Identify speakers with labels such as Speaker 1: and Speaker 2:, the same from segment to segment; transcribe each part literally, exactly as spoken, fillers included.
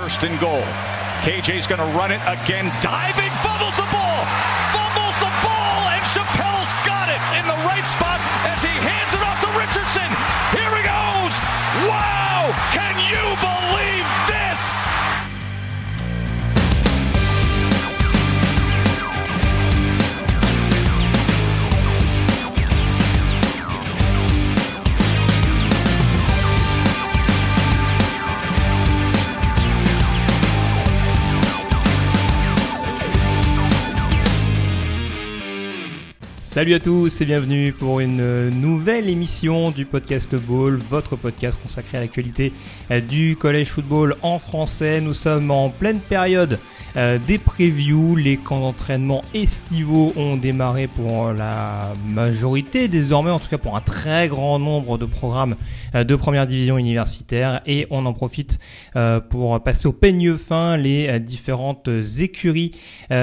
Speaker 1: first and goal. K J's going to run it again, diving, fumbles the ball, fumbles the ball, and Chappelle's got it in the right spot as he hands it off to Richardson. Here he goes! Wow! Can you believe this?
Speaker 2: Salut à tous et bienvenue pour une nouvelle émission du Podcast Ball, votre podcast consacré à l'actualité du college football en français. Nous sommes en pleine période des previews, les camps d'entraînement estivaux ont démarré pour la majorité, désormais en tout cas pour un très grand nombre de programmes de première division universitaire, et on en profite pour passer au peigne fin les différentes écuries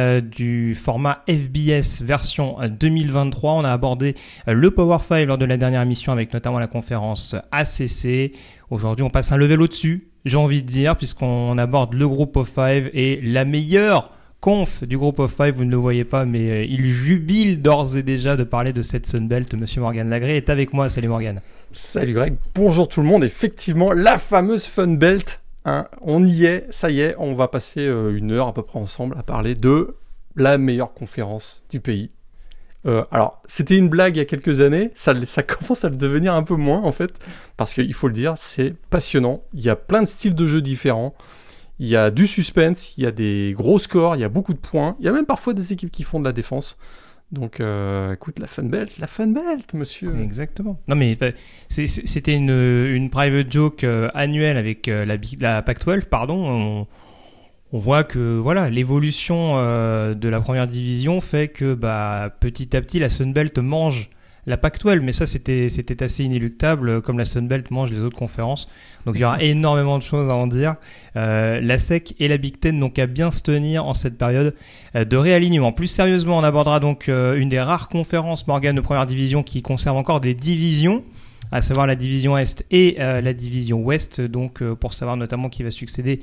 Speaker 2: du format F B S version deux mille vingt-trois. On a abordé le Power cinq lors de la dernière émission avec notamment la conférence A C C. Aujourd'hui, on passe un level au-dessus, j'ai envie de dire, puisqu'on aborde le groupe of five et la meilleure conf du groupe of five. Vous ne le voyez pas, mais il jubile d'ores et déjà de parler de cette Sunbelt. Monsieur Morgan Lagré est avec moi. Salut Morgan.
Speaker 3: Salut Greg, bonjour tout le monde. Effectivement, la fameuse Funbelt, hein, on y est, ça y est, on va passer une heure à peu près ensemble à parler de la meilleure conférence du pays. Euh, alors, c'était une blague il y a quelques années, ça, ça commence à le devenir un peu moins en fait, parce qu'il faut le dire, c'est passionnant, il y a plein de styles de jeux différents, il y a du suspense, il y a des gros scores, il y a beaucoup de points, il y a même parfois des équipes qui font de la défense. Donc, euh, écoute, la Funbelt, la Funbelt, monsieur.
Speaker 2: Exactement. Non, mais c'est, c'était une, une private joke euh, annuelle avec euh, la, la Pac douze, pardon. On, on voit que voilà, l'évolution euh, de la première division fait que bah, petit à petit, la Sunbelt mange la Pac douze, mais ça, c'était, c'était assez inéluctable, comme la Sunbelt mange les autres conférences. Donc, il y aura énormément de choses à en dire. Euh, la S E C et la Big Ten n'ont qu'à bien se tenir en cette période euh, de réalignement. Plus sérieusement, on abordera donc euh, une des rares conférences, Morgan, de première division qui conserve encore des divisions, à savoir la division Est et euh, la division Ouest. Donc, euh, pour savoir notamment qui va succéder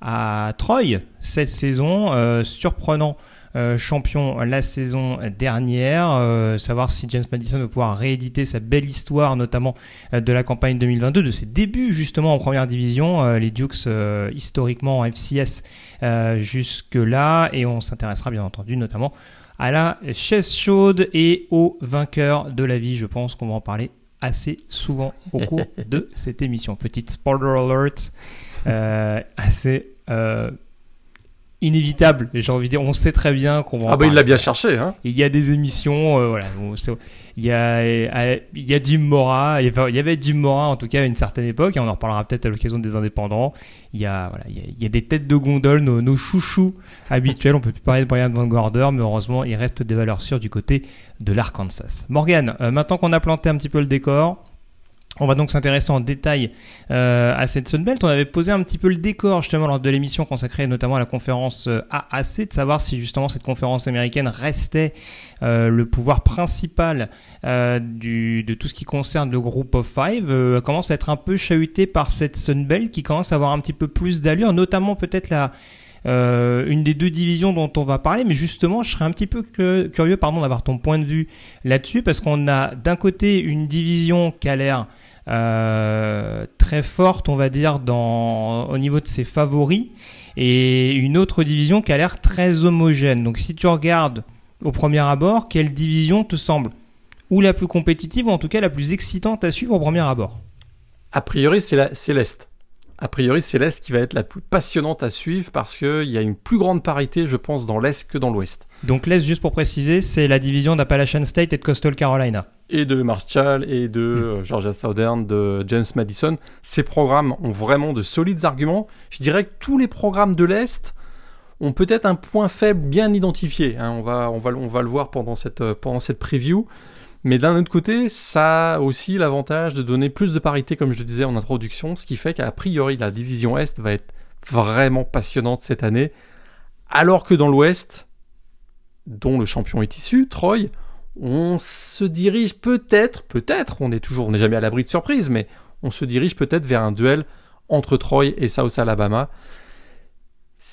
Speaker 2: à Troy cette saison, euh, surprenant euh, champion la saison dernière, euh, savoir si James Madison va pouvoir rééditer sa belle histoire, notamment euh, de la campagne deux mille vingt-deux, de ses débuts justement en première division, euh, les Dukes euh, historiquement en F C S euh, jusque-là, et on s'intéressera bien entendu notamment à la chaise chaude et aux vainqueurs de la vie. Je pense qu'on va en parler assez souvent au cours de cette émission. Petite spoiler alert, euh, assez euh, inévitable, j'ai envie de dire. On sait très bien qu'on va en
Speaker 3: ah bah
Speaker 2: parler.
Speaker 3: Il l'a bien cherché, hein.
Speaker 2: Il y a des émissions, euh, voilà. Il y a, il y a Jim Mora, il y avait Jim Mora en tout cas à une certaine époque, et on en reparlera peut-être à l'occasion des indépendants. Il y a, voilà, il y a, il y a des têtes de gondole, nos, nos chouchous habituels. On peut plus parler de Brian Van Gorder, mais heureusement, il reste des valeurs sûres du côté de l'Arkansas. Morgan, euh, maintenant qu'on a planté un petit peu le décor, on va donc s'intéresser en détail euh, à cette Sunbelt. On avait posé un petit peu le décor justement lors de l'émission consacrée notamment à la conférence A A C, de savoir si justement cette conférence américaine restait euh, le pouvoir principal euh, du, de tout ce qui concerne le groupe of five. Euh, commence à être un peu chahuté par cette Sunbelt qui commence à avoir un petit peu plus d'allure, notamment peut-être la Euh, une des deux divisions dont on va parler, mais justement je serais un petit peu que, curieux pardon, d'avoir ton point de vue là-dessus, parce qu'on a d'un côté une division qui a l'air euh, très forte, on va dire, dans, au niveau de ses favoris, et une autre division qui a l'air très homogène. Donc si tu regardes au premier abord, quelle division te semble ou la plus compétitive, ou en tout cas la plus excitante à suivre au premier abord?
Speaker 3: A priori, c'est, la, c'est l'Est. A priori, c'est l'Est qui va être la plus passionnante à suivre parce qu'il y a une plus grande parité, je pense, dans l'Est que dans l'Ouest.
Speaker 2: Donc l'Est, juste pour préciser, c'est la division d'Appalachian State et de Coastal Carolina.
Speaker 3: Et de Marshall et de mmh. Georgia Southern, de James Madison. Ces programmes ont vraiment de solides arguments. Je dirais que tous les programmes de l'Est ont peut-être un point faible bien identifié. Hein. On va, on va, on va le voir pendant cette, pendant cette preview. Mais d'un autre côté, ça a aussi l'avantage de donner plus de parité, comme je le disais en introduction, ce qui fait qu'a priori, la division Est va être vraiment passionnante cette année, alors que dans l'Ouest, dont le champion est issu, Troy, on se dirige peut-être, peut-être, on est toujours, on n'est jamais à l'abri de surprise, mais on se dirige peut-être vers un duel entre Troy et South Alabama.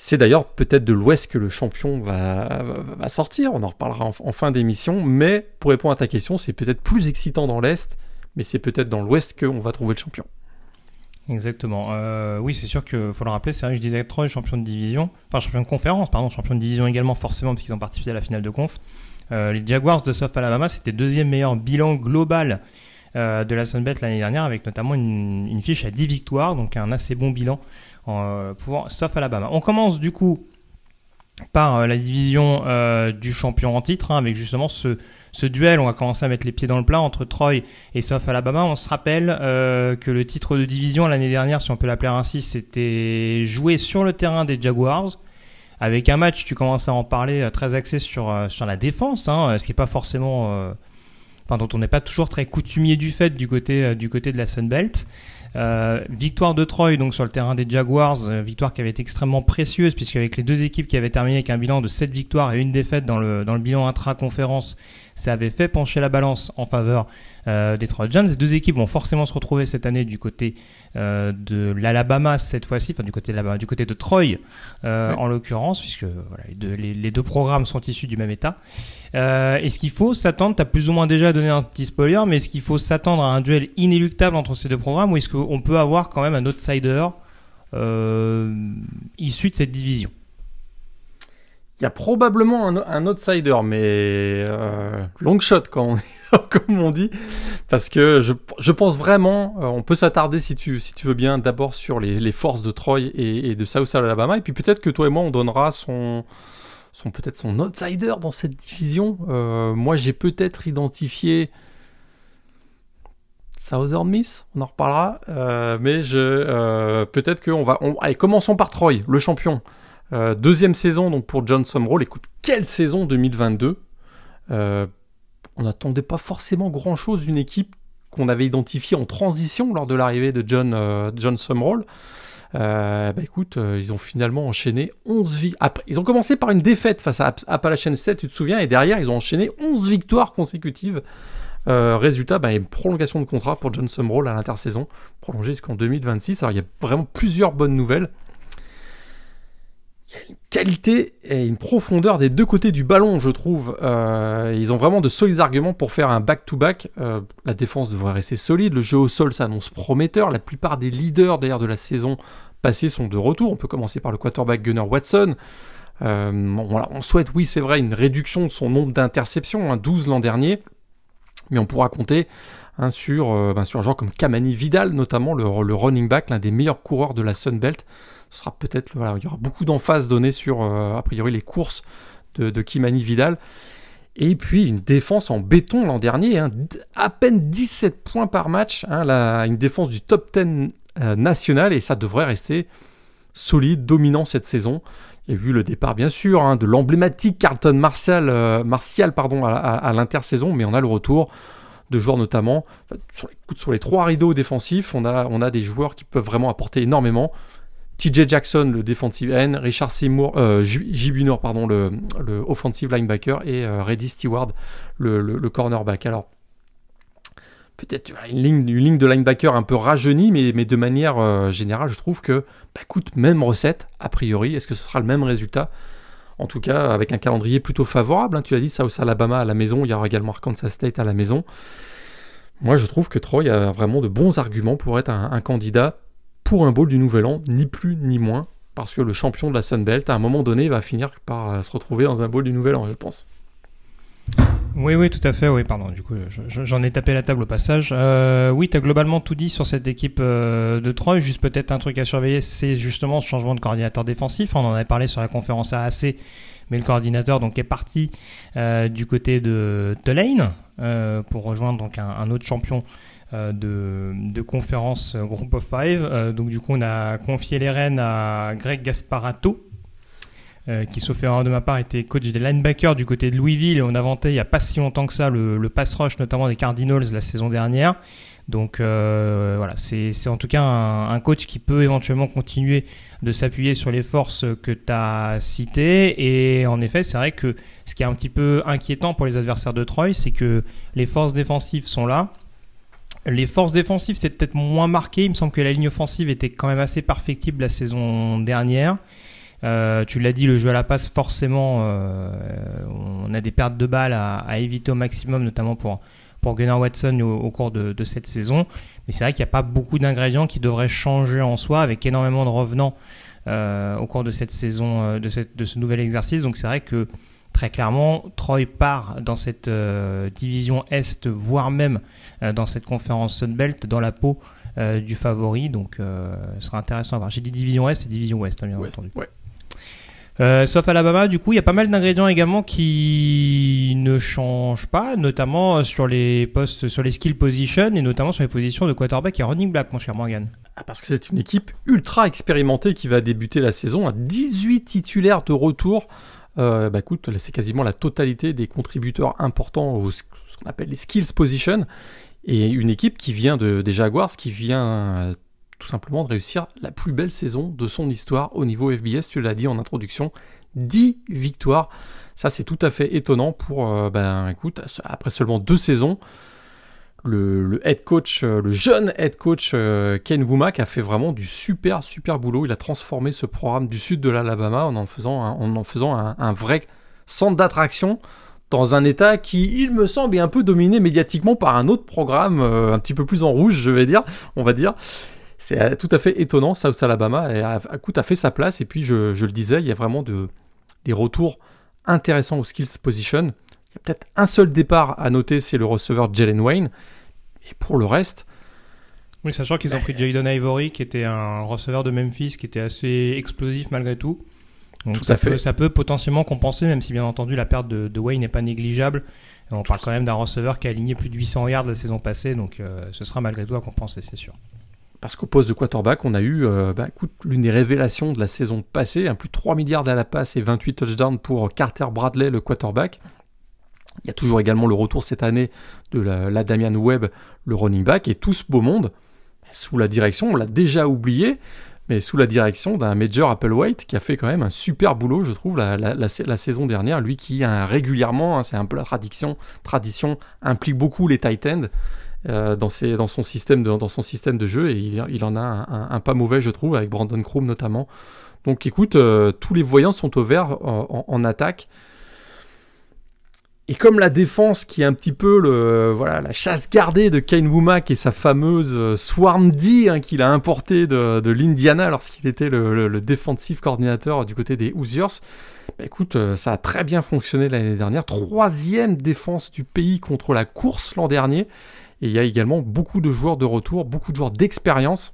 Speaker 3: C'est d'ailleurs peut-être de l'Ouest que le champion va, va, va sortir, on en reparlera en, en fin d'émission, mais pour répondre à ta question, c'est peut-être plus excitant dans l'Est, mais c'est peut-être dans l'Ouest qu'on va trouver le champion.
Speaker 2: Exactement. Euh, oui, c'est sûr qu'il faut le rappeler, c'est vrai que je disais Troy, champion de division, enfin champion de conférence, pardon, champion de division également forcément parce qu'ils ont participé à la finale de conf. Euh, les Jaguars de South Alabama, c'était deuxième meilleur bilan global euh, de la Sun Belt l'année dernière, avec notamment une, une fiche à dix victoires, donc un assez bon bilan euh, pour South Alabama. On commence du coup par euh, la division euh, du champion en titre, hein, avec justement ce, ce duel. On va commencer à mettre les pieds dans le plat entre Troy et South Alabama. On se rappelle euh, que le titre de division l'année dernière, si on peut l'appeler ainsi, c'était joué sur le terrain des Jaguars, avec un match, tu commences à en parler, euh, très axé sur, euh, sur la défense, hein, ce qui n'est pas forcément... Euh, enfin, dont on n'est pas toujours très coutumier du fait du côté, euh, du côté de la Sun Belt. Euh, victoire de Troy donc sur le terrain des Jaguars, euh, victoire qui avait été extrêmement précieuse puisqu'avec les deux équipes qui avaient terminé avec un bilan de sept victoires et une défaite dans le, dans le bilan intra-conférence, ça avait fait pencher la balance en faveur euh, des Trojans. Les deux équipes vont forcément se retrouver cette année du côté euh, de l'Alabama cette fois-ci, enfin du côté de, la, du côté de Troy euh, oui. en l'occurrence, puisque voilà, les, deux, les, les deux programmes sont issus du même état. Euh, est-ce qu'il faut s'attendre, tu as plus ou moins déjà donné un petit spoiler, mais est-ce qu'il faut s'attendre à un duel inéluctable entre ces deux programmes ou est-ce qu'on peut avoir quand même un outsider euh, issu de cette division?
Speaker 3: Il y a probablement un, un outsider, mais euh, long shot, comme on, comme on dit, parce que je, je pense vraiment, euh, on peut s'attarder si tu, si tu veux bien, d'abord sur les, les forces de Troy et, et de South Alabama, et puis peut-être que toi et moi, on donnera son, son peut-être son outsider dans cette division. Euh, moi, j'ai peut-être identifié Southern Miss, on en reparlera, euh, mais je, euh, peut-être qu'on va... On, allez, commençons par Troy, le champion. Euh, deuxième saison donc pour John Sumrall. Écoute, quelle saison deux mille vingt-deux. euh, On n'attendait pas forcément grand-chose d'une équipe qu'on avait identifiée en transition lors de l'arrivée de John, euh, John Sumrall. Euh, bah écoute, euh, ils ont finalement enchaîné onze victoires. Ils ont commencé par une défaite face à Appalachian State, tu te souviens, et derrière ils ont enchaîné onze victoires consécutives. Euh, résultat, bah, une prolongation de contrat pour John Sumrall à l'intersaison, prolongée jusqu'en deux mille vingt-six. Alors il y a vraiment plusieurs bonnes nouvelles. Il y a une qualité et une profondeur des deux côtés du ballon, je trouve. Euh, ils ont vraiment de solides arguments pour faire un back-to-back. Euh, la défense devrait rester solide. Le jeu au sol s'annonce prometteur. La plupart des leaders d'ailleurs de la saison passée sont de retour. On peut commencer par le quarterback Gunnar Watson. Euh, on, voilà, on souhaite, oui, c'est vrai, une réduction de son nombre d'interceptions, hein, douze l'an dernier. Mais on pourra compter hein, sur, euh, ben, sur un joueur comme Kamani Vidal, notamment le, le running back, l'un des meilleurs coureurs de la Sun Belt. Ce sera peut-être, voilà, il y aura beaucoup d'emphase donnée sur, euh, a priori, les courses de, de Kimani Vidal. Et puis, une défense en béton l'an dernier, hein, à peine dix-sept points par match, hein, la, une défense du top dix euh, national, et ça devrait rester solide, dominant cette saison. Il y a eu le départ, bien sûr, hein, de l'emblématique Carlton Martial, euh, Martial pardon, à, à, à l'intersaison, mais on a le retour de joueurs notamment, sur les, sur les trois rideaux défensifs, on a, on a des joueurs qui peuvent vraiment apporter énormément. T J Jackson, le defensive end, Richard Seymour, euh, J B Noor, pardon, le, le offensive linebacker, et euh, Reddy Stewart, le, le, le cornerback. Alors, peut-être voilà, une, ligne, une ligne de linebacker un peu rajeunie, mais, mais de manière euh, générale, je trouve que, bah, écoute, même recette, a priori. Est-ce que ce sera le même résultat? En tout cas, avec un calendrier plutôt favorable. Hein, tu l'as dit, South Alabama à la maison, il y aura également Arkansas State à la maison. Moi, je trouve que Troy a vraiment de bons arguments pour être un, un candidat pour un bowl du Nouvel An, ni plus ni moins, parce que le champion de la Sun Belt, à un moment donné, va finir par euh, se retrouver dans un bowl du Nouvel An, je pense.
Speaker 2: Oui, oui, tout à fait, oui, pardon, du coup, je, j'en ai tapé la table au passage. Euh, oui, tu as globalement tout dit sur cette équipe euh, de Troy, juste peut-être un truc à surveiller, c'est justement ce changement de coordinateur défensif. On en avait parlé sur la conférence A A C, mais le coordinateur donc, est parti euh, du côté de Tulane euh, pour rejoindre donc, un, un autre champion Euh, de, de conférence euh, Group of Five. Euh, donc du coup, on a confié les rênes à Greg Gasparato, euh, qui, sauf erreur de ma part, était coach des linebackers du côté de Louisville. Et on a vanté il n'y a pas si longtemps que ça le, le pass rush, notamment des Cardinals la saison dernière. Donc euh, voilà, c'est, c'est en tout cas un, un coach qui peut éventuellement continuer de s'appuyer sur les forces que tu as citées. Et en effet, c'est vrai que ce qui est un petit peu inquiétant pour les adversaires de Troy, c'est que les forces défensives sont là. Les forces défensives, c'est peut-être moins marqué. Il me semble que la ligne offensive était quand même assez perfectible la saison dernière. Euh, tu l'as dit, le jeu à la passe, forcément, euh, on a des pertes de balles à, à éviter au maximum, notamment pour, pour Gunnar Watson au, au cours de, de cette saison. Mais c'est vrai qu'il n'y a pas beaucoup d'ingrédients qui devraient changer en soi, avec énormément de revenants euh, au cours de cette saison, euh, de, cette, de ce nouvel exercice. Donc c'est vrai que très clairement, Troy part dans cette euh, division Est, voire même euh, dans cette conférence Sunbelt, dans la peau euh, du favori. Donc euh, ce sera intéressant à voir. J'ai dit division Est et division Ouest, hein, bien
Speaker 3: Ouest,
Speaker 2: entendu.
Speaker 3: Ouais.
Speaker 2: Euh, sauf Alabama, du coup, il y a pas mal d'ingrédients également qui ne changent pas, notamment sur les postes, sur les skill positions et notamment sur les positions de quarterback et running back, mon cher Morgan.
Speaker 3: Ah, parce que c'est une équipe ultra expérimentée qui va débuter la saison à dix-huit titulaires de retour. Euh, bah écoute, c'est quasiment la totalité des contributeurs importants aux ce qu'on appelle les skills position, et une équipe qui vient de, des Jaguars, qui vient euh, tout simplement de réussir la plus belle saison de son histoire au niveau F B S, tu l'as dit en introduction, dix victoires. Ça, c'est tout à fait étonnant pour, euh, ben écoute, après seulement deux saisons, le, le head coach, le jeune head coach euh, Ken Womack a fait vraiment du super, super boulot. Il a transformé ce programme du sud de l'Alabama en en faisant un, en en faisant un, un vrai centre d'attraction dans un état qui, il me semble, est un peu dominé médiatiquement par un autre programme, euh, un petit peu plus en rouge, je vais dire, on va dire. C'est tout à fait étonnant. South Alabama a, a, a fait sa place. Et puis, je, je le disais, il y a vraiment de, des retours intéressants aux skills position. Il y a peut-être un seul départ à noter, c'est le receveur Jalen Wayne. Et pour le reste...
Speaker 2: Oui, sachant qu'ils ont pris Jaden Ivory, qui était un receveur de Memphis, qui était assez explosif malgré tout. Donc
Speaker 3: tout
Speaker 2: ça,
Speaker 3: à fait.
Speaker 2: Peut, ça peut potentiellement compenser, même si bien entendu la perte de, de Wayne n'est pas négligeable. Et on tout parle quand même d'un receveur qui a aligné plus de huit cents yards la saison passée. Donc euh, ce sera malgré tout à compenser, c'est sûr.
Speaker 3: Parce qu'au poste de quarterback, on a eu euh, bah, écoute, l'une des révélations de la saison passée, un plus de trois milliards à la passe et vingt-huit touchdowns pour Carter Bradley, le quarterback. Il y a toujours également le retour cette année de la, la Damian Webb, le running back, et tout ce beau monde, sous la direction, on l'a déjà oublié, mais sous la direction d'un Major Applewhite qui a fait quand même un super boulot, je trouve, la, la, la, la saison dernière. Lui qui a régulièrement, hein, c'est un peu la tradition, tradition, implique beaucoup les tight ends. Euh, dans, ses, dans, son système de, dans son système de jeu, et il, il en a un, un, un pas mauvais, je trouve, avec Brandon Kroom notamment. Donc écoute, euh, tous les voyants sont au vert en, en, en attaque. Et comme la défense qui est un petit peu le, voilà, la chasse gardée de Ken Womack et sa fameuse euh, Swarm D hein, qu'il a importée de, de l'Indiana lorsqu'il était le, le, le defensive coordinateur du côté des Hoosiers, bah, écoute, euh, ça a très bien fonctionné l'année dernière. Troisième défense du pays contre la course l'an dernier. Et il y a également beaucoup de joueurs de retour, beaucoup de joueurs d'expérience.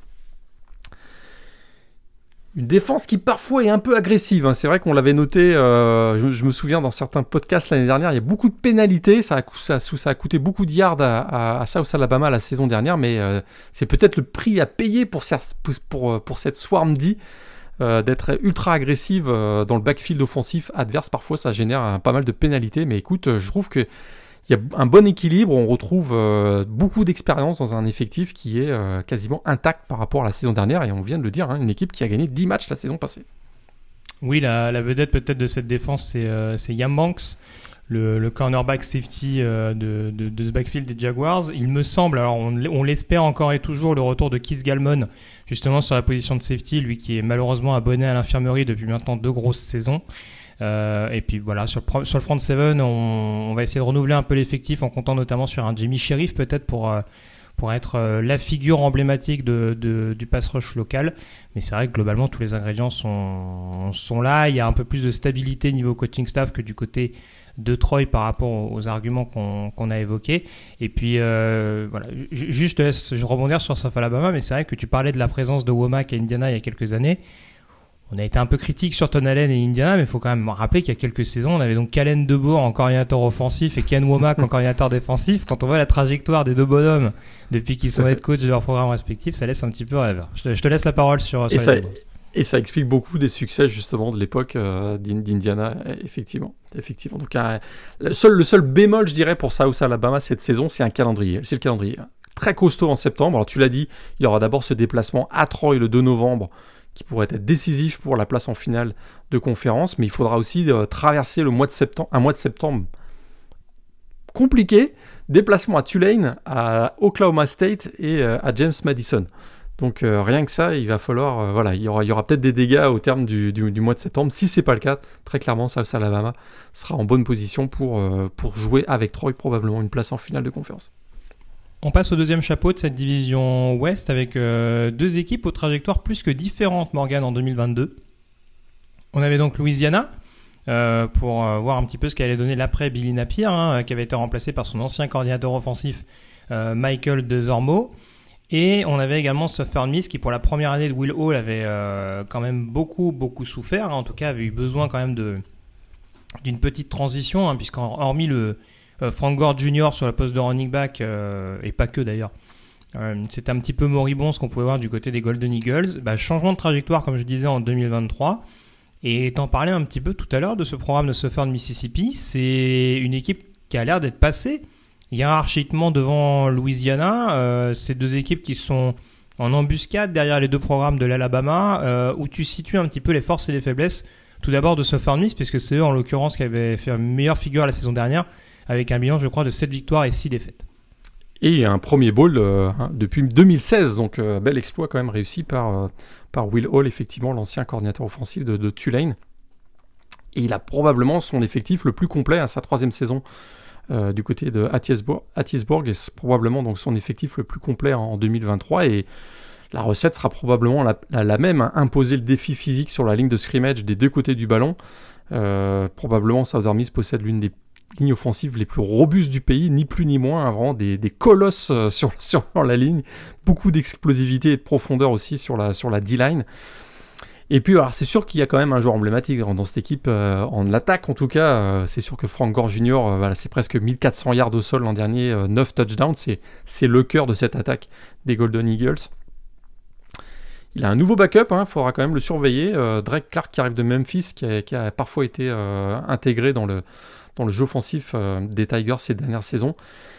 Speaker 3: Une défense qui parfois est un peu agressive. Hein. C'est vrai qu'on l'avait noté, euh, je, je me souviens dans certains podcasts l'année dernière, il y a beaucoup de pénalités. Ça a, ça, ça a coûté beaucoup de yards à, à, à South Alabama la saison dernière, mais euh, c'est peut-être le prix à payer pour, pour, pour, pour cette Swarm D, euh, d'être ultra agressive euh, dans le backfield offensif adverse. Parfois, ça génère un, pas mal de pénalités, mais écoute, je trouve que il y a un bon équilibre, on retrouve euh, beaucoup d'expérience dans un effectif qui est euh, quasiment intact par rapport à la saison dernière, et on vient de le dire, hein, une équipe qui a gagné dix matchs la saison passée.
Speaker 2: Oui, la, la vedette peut-être de cette défense, c'est, euh, c'est Yam Banks, le, le cornerback safety euh, de, de, de ce backfield des Jaguars. Il me semble, alors on, on l'espère encore et toujours, le retour de Keith Gallman, justement sur la position de safety, lui qui est malheureusement abonné à l'infirmerie depuis maintenant deux grosses saisons. Euh, et puis voilà, sur le, sur le front seven, on, on va essayer de renouveler un peu l'effectif en comptant notamment sur un Jimmy Sheriff peut-être pour, euh, pour être euh, la figure emblématique de, de, du pass rush local. Mais c'est vrai que globalement tous les ingrédients sont, sont là. Il y a un peu plus de stabilité niveau coaching staff que du côté de Troy par rapport aux, aux arguments qu'on, qu'on a évoqués. Et puis euh, voilà, juste je te laisse rebondir sur South Alabama, mais c'est vrai que tu parlais de la présence de Womack à Indiana il y a quelques années. On a été un peu critique sur Tom Allen et Indiana, mais il faut quand même rappeler qu'il y a quelques saisons, on avait donc Kalen DeBoer en coordinateur offensif et Ken Womack en coordinateur défensif. Quand on voit la trajectoire des deux bonhommes depuis qu'ils sont head coach de leurs programmes respectifs, ça laisse un petit peu rêveur. Je te, je te laisse la parole sur, sur
Speaker 3: et, ça,
Speaker 2: les
Speaker 3: et ça explique beaucoup des succès justement de l'époque euh, d'Indiana, effectivement. effectivement. Donc, un, le, seul, le seul bémol, je dirais, pour South Alabama cette saison, c'est un calendrier. C'est le calendrier. Très costaud en septembre. Alors tu l'as dit, il y aura d'abord ce déplacement à Troy le deux novembre, qui pourrait être décisif pour la place en finale de conférence, mais il faudra aussi euh, traverser le mois de septembre, un mois de septembre compliqué, déplacement à Tulane, à Oklahoma State et euh, à James Madison. Donc euh, rien que ça, il va falloir, euh, voilà, il y aura, il y aura peut-être des dégâts au terme du, du, du mois de septembre. Si c'est pas le cas, très clairement, South Alabama sera en bonne position pour, euh, pour jouer avec Troy probablement une place en finale de conférence.
Speaker 2: On passe au deuxième chapeau de cette division Ouest avec euh, deux équipes aux trajectoires plus que différentes, Morgan, en deux mille vingt-deux. On avait donc Louisiana, euh, pour euh, voir un petit peu ce qu'allait donner l'après Billy Napier, hein, qui avait été remplacé par son ancien coordinateur offensif, euh, Michael DeZormeau. Et on avait également Southern Miss qui, pour la première année de Will Hall, avait euh, quand même beaucoup, beaucoup souffert. Hein, en tout cas, avait eu besoin quand même de, d'une petite transition, hein, puisqu'hormis le euh, Frank Gore junior sur la poste de running back, euh, et pas que d'ailleurs, euh, c'était un petit peu moribond ce qu'on pouvait voir du côté des Golden Eagles. Bah, changement de trajectoire, comme je disais, en deux mille vingt-trois. Et t'en parlais un petit peu tout à l'heure de ce programme de Southern Mississippi. C'est une équipe qui a l'air d'être passée hiérarchiquement devant Louisiana. Euh, ces deux équipes qui sont en embuscade derrière les deux programmes de l'Alabama, euh, où tu situes un petit peu les forces et les faiblesses, tout d'abord de Southern Miss, puisque c'est eux en l'occurrence qui avaient fait une meilleure figure la saison dernière, avec un bilan je crois de sept victoires et six défaites.
Speaker 3: Et un premier bowl euh, hein, depuis deux mille seize, donc euh, bel exploit quand même réussi par, euh, par Will Hall, effectivement l'ancien coordinateur offensif de, de Tulane. Et il a probablement son effectif le plus complet à sa troisième saison Euh, du côté de Hattiesburg, Hattiesburg et c'est probablement donc son effectif le plus complet en deux mille vingt-trois, et la recette sera probablement la, la, la même, hein, imposer le défi physique sur la ligne de scrimmage des deux côtés du ballon. Euh, probablement Southern Miss possède l'une des lignes offensives les plus robustes du pays, ni plus ni moins, hein, vraiment des, des colosses euh, sur, sur la ligne, beaucoup d'explosivité et de profondeur aussi sur la, sur la D-line. Et puis, alors, c'est sûr qu'il y a quand même un joueur emblématique dans cette équipe, euh, en attaque en tout cas. Euh, c'est sûr que Frank Gore junior, euh, voilà, c'est presque mille quatre cents yards au sol l'an dernier, euh, neuf touchdowns. C'est, c'est le cœur de cette attaque des Golden Eagles. Il a un nouveau backup, il hein, faudra quand même le surveiller. Euh, Drake Clark qui arrive de Memphis, qui a, qui a parfois été euh, intégré dans le, dans le jeu offensif euh, des Tigers ces dernières saisons.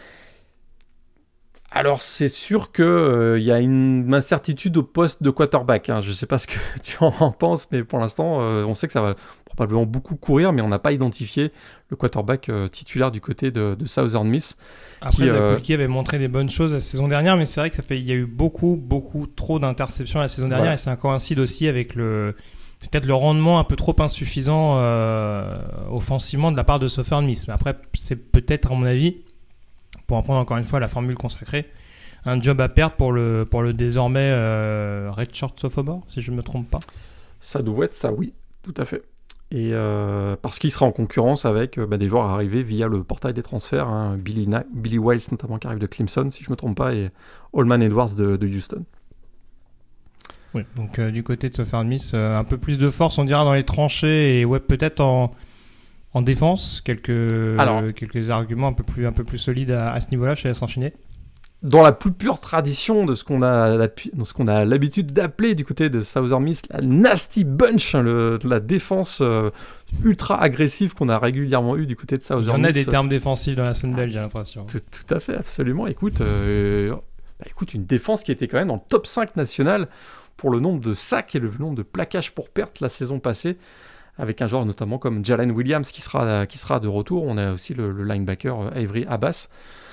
Speaker 3: Alors, c'est sûr qu'il euh, y a une incertitude au poste de quarterback. Hein. Je ne sais pas ce que tu en penses, mais pour l'instant, euh, on sait que ça va probablement beaucoup courir, mais on n'a pas identifié le quarterback euh, titulaire du côté de, de Southern Miss.
Speaker 2: Après, Zach Wilke euh... avait montré des bonnes choses la saison dernière, mais c'est vrai qu'il y a eu beaucoup, beaucoup trop d'interceptions la saison dernière, ouais. Et ça coïncide aussi avec le... peut-être le rendement un peu trop insuffisant euh, offensivement de la part de Southern Miss. Mais après, c'est peut-être, à mon avis, pour en prendre encore une fois la formule consacrée, un job à perdre pour le, pour le désormais euh, redshirt sophomore, si je ne me trompe pas.
Speaker 3: Ça doit être ça, oui, tout à fait. Et euh, parce qu'il sera en concurrence avec euh, bah, des joueurs arrivés via le portail des transferts, hein, Billy, Na- Billy Wiles notamment qui arrive de Clemson, si je ne me trompe pas, et Holman Edwards de, de Houston.
Speaker 2: Oui, donc euh, du côté de Southern Miss, euh, un peu plus de force, on dira, dans les tranchées, et ouais, peut-être en... En défense, quelques, Alors, euh, quelques arguments un peu plus, un peu plus solides à, à ce niveau-là, je te laisse enchaîner.
Speaker 3: Dans la plus pure tradition de ce qu'on a, la, de ce qu'on a l'habitude d'appeler du côté de Southern Miss, la nasty bunch, hein, le, la défense euh, ultra agressive qu'on a régulièrement eu du côté de Southern Miss.
Speaker 2: Il y en a Miss. Des termes défensifs dans la Sun Belt, j'ai l'impression.
Speaker 3: Tout, tout à fait, absolument. Écoute, euh, bah, écoute, une défense qui était quand même dans le top cinq national pour le nombre de sacs et le nombre de plaquages pour perte la saison passée, avec un joueur notamment comme Jalen Williams qui sera, qui sera de retour. On a aussi le, le linebacker Avery Abbas.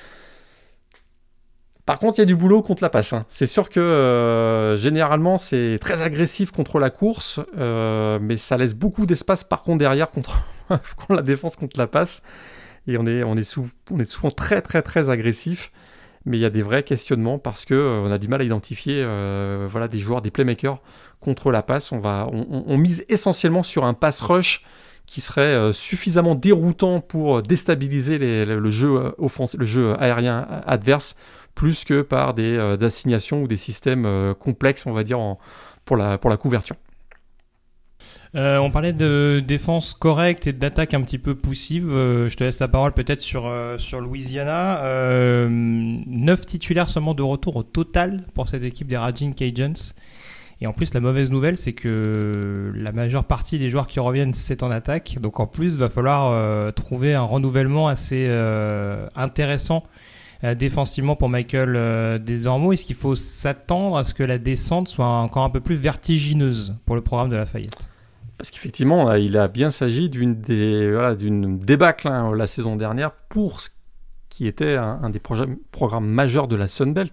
Speaker 3: Par contre, il y a du boulot contre la passe. Hein. C'est sûr que euh, généralement, c'est très agressif contre la course, euh, mais ça laisse beaucoup d'espace par contre derrière contre, contre la défense contre la passe. Et on est, on est, sou- on est souvent très très très agressif. Mais il y a des vrais questionnements parce qu'on euh, a du mal à identifier euh, voilà, des joueurs, des playmakers contre la passe. On, va, on, on mise essentiellement sur un pass rush qui serait euh, suffisamment déroutant pour déstabiliser les, le, jeu offens- le jeu aérien adverse, plus que par des euh, assignations ou des systèmes euh, complexes, on va dire, en, pour, la, pour la couverture.
Speaker 2: Euh, on parlait de défense correcte et d'attaque un petit peu poussive. Euh, je te laisse la parole peut-être sur, euh, sur Louisiana. Euh, neuf titulaires seulement de retour au total pour cette équipe des Raging Cajuns. Et en plus, la mauvaise nouvelle, c'est que la majeure partie des joueurs qui reviennent, c'est en attaque. Donc en plus, il va falloir euh, trouver un renouvellement assez euh, intéressant euh, défensivement pour Michael euh, DeZormeau. Est-ce qu'il faut s'attendre à ce que la descente soit encore un peu plus vertigineuse pour le programme de Lafayette ?
Speaker 3: Parce qu'effectivement, il a bien s'agi d'une, des, voilà, d'une débâcle hein, la saison dernière pour ce qui était un, un des projets, programmes majeurs de la Sun Belt.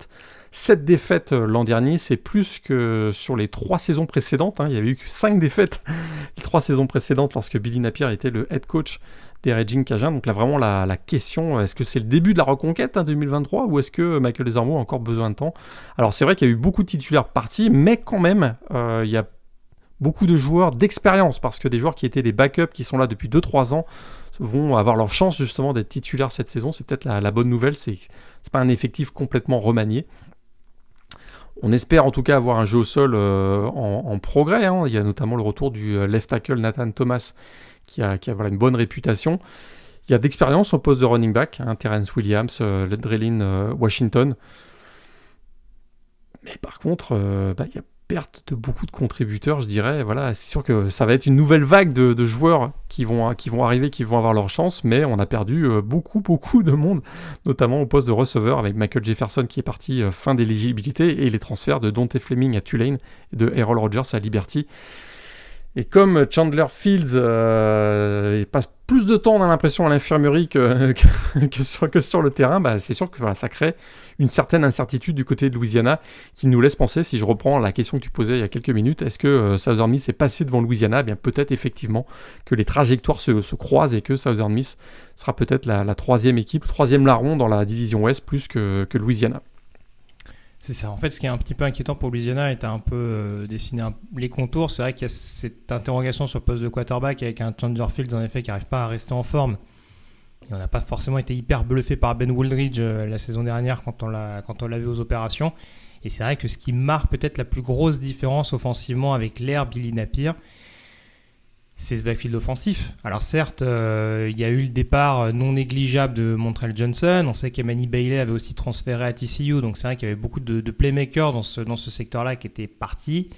Speaker 3: sept défaites l'an dernier, c'est plus que sur les trois saisons précédentes. Hein. Il y avait eu que cinq défaites les trois saisons précédentes lorsque Billy Napier était le head coach des Raging Cajuns. Donc là, vraiment, la, la question, est-ce que c'est le début de la reconquête hein, deux mille vingt-trois ou est-ce que Michael Desormeaux a encore besoin de temps? Alors, c'est vrai qu'il y a eu beaucoup de titulaires partis, mais quand même, euh, il y a beaucoup de joueurs d'expérience parce que des joueurs qui étaient des backups, qui sont là depuis deux trois ans, vont avoir leur chance justement d'être titulaires cette saison. C'est peut-être la, la bonne nouvelle, c'est, c'est pas un effectif complètement remanié. On espère en tout cas avoir un jeu au sol euh, en, en progrès. Hein. Il y a notamment le retour du left tackle Nathan Thomas qui a, qui a voilà, une bonne réputation. Il y a d'expérience au poste de running back, hein, Terrence Williams, euh, Drelin euh, Washington. Mais par contre, euh, bah, il y a perte de beaucoup de contributeurs, je dirais. Voilà, c'est sûr que ça va être une nouvelle vague de, de joueurs qui vont, qui vont arriver, qui vont avoir leur chance, mais on a perdu euh, beaucoup, beaucoup de monde, notamment au poste de receveur avec Michael Jefferson qui est parti euh, fin d'éligibilité et les transferts de Dante Fleming à Tulane et de Errol Rogers à Liberty. Et comme Chandler Fields euh, passe plus de temps, on a l'impression, à l'infirmerie que, que, que, sur, que sur le terrain, bah, c'est sûr que voilà, ça crée une certaine incertitude du côté de Louisiana qui nous laisse penser, si je reprends la question que tu posais il y a quelques minutes, est-ce que euh, Southern Miss est passé devant Louisiana? Eh bien, peut-être effectivement que les trajectoires se, se croisent et que Southern Miss sera peut-être la, la troisième équipe, troisième larron dans la division Ouest plus que, que Louisiana.
Speaker 2: C'est ça. En fait, ce qui est un petit peu inquiétant pour Louisiana, et tu as un peu euh, dessiné un, les contours. C'est vrai qu'il y a cette interrogation sur le poste de quarterback avec un Chandler Fields, en effet, qui n'arrive pas à rester en forme. Et on n'a pas forcément été hyper bluffé par Ben Wooldridge euh, la saison dernière quand on, l'a, quand on l'a vu aux opérations. Et c'est vrai que ce qui marque peut-être la plus grosse différence offensivement avec l'ère Billy Napier, c'est ce backfield offensif. Alors certes, euh, il y a eu le départ non négligeable de Montrell Johnson. On sait qu'Emani Bailey avait aussi transféré à T C U, donc c'est vrai qu'il y avait beaucoup de, de playmakers dans ce, dans ce secteur-là qui étaient partis.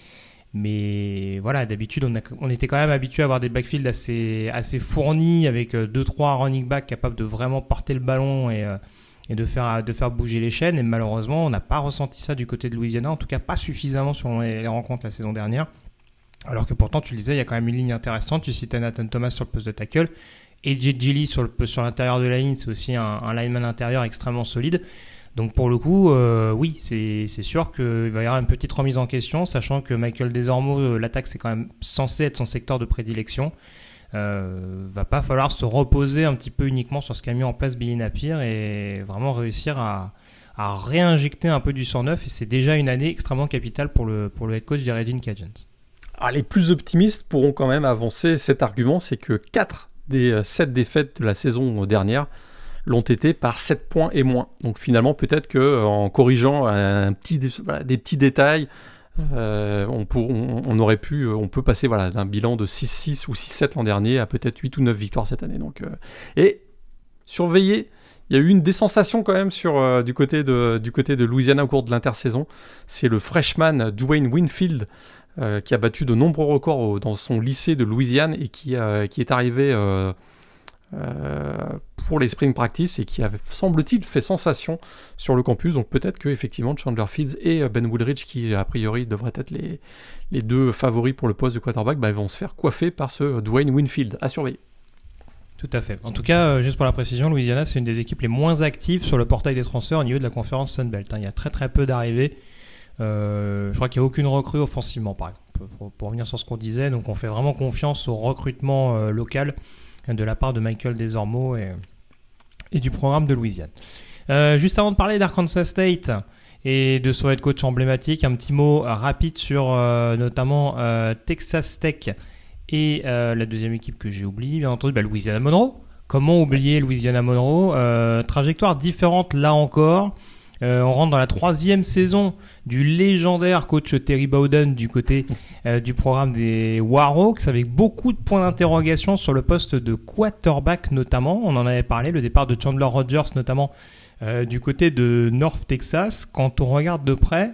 Speaker 2: Mais voilà, d'habitude, on, a, on était quand même habitué à avoir des backfields assez, assez fournis avec deux trois running backs capables de vraiment porter le ballon et, euh, et de, faire, de faire bouger les chaînes. Et malheureusement, on n'a pas ressenti ça du côté de Louisiana, en tout cas pas suffisamment sur les, les rencontres la saison dernière. Alors que pourtant, tu le disais, il y a quand même une ligne intéressante. Tu citais Nathan Thomas sur le poste de tackle. A J Gilly sur, le, sur l'intérieur de la ligne, c'est aussi un, un lineman intérieur extrêmement solide. Donc pour le coup, euh, oui, c'est, c'est sûr qu'il va y avoir une petite remise en question, sachant que Michael Desormeaux, l'attaque, c'est quand même censé être son secteur de prédilection. Euh, va pas falloir se reposer un petit peu uniquement sur ce qu'a mis en place Billy Napier et vraiment réussir à, à réinjecter un peu du sang neuf. Et c'est déjà une année extrêmement capitale pour le, pour le head coach des Raging Cajuns.
Speaker 3: Ah, les plus optimistes pourront quand même avancer cet argument, c'est que quatre des sept défaites de la saison dernière l'ont été par sept points et moins. Donc finalement, peut-être qu'en corrigeant un petit, voilà, des petits détails, euh, on, pour, on, on aurait pu, on peut passer voilà, d'un bilan de six six ou six sept l'an dernier à peut-être huit ou neuf victoires cette année. Donc, euh, et surveillez, il y a eu une décensation quand même sur, euh, du, côté de, du côté de Louisiana au cours de l'intersaison. C'est le freshman Dwayne Winfield Euh, qui a battu de nombreux records dans son lycée de Louisiane et qui, euh, qui est arrivé euh, euh, pour les spring practice et qui a, semble-t-il, fait sensation sur le campus. Donc peut-être que effectivement Chandler Fields et Ben Wooldridge, qui a priori devraient être les, les deux favoris pour le poste de quarterback, bah, vont se faire coiffer par ce Dwayne Winfield. À surveiller.
Speaker 2: Tout à fait. En tout cas, juste pour la précision, Louisiana, c'est une des équipes les moins actives sur le portail des transferts au niveau de la conférence Sunbelt. Hein. Il y a très très peu d'arrivées. Euh, je crois qu'il n'y a aucune recrue offensivement, par exemple, pour, pour revenir sur ce qu'on disait. Donc on fait vraiment confiance au recrutement euh, local de la part de Michael Desormeaux et, et du programme de Louisiane. Euh, juste avant de parler d'Arkansas State et de son head coach emblématique, un petit mot rapide sur euh, notamment euh, Texas Tech et euh, la deuxième équipe que j'ai oubliée, bien entendu, bah, Louisiana Monroe. Comment oublier Louisiana Monroe? euh, Trajectoire différente là encore. Euh, on rentre dans la troisième saison du légendaire coach Terry Bowden du côté euh, du programme des Warhawks, avec beaucoup de points d'interrogation sur le poste de quarterback notamment. On en avait parlé, le départ de Chandler Rogers notamment euh, du côté de North Texas. Quand on regarde de près,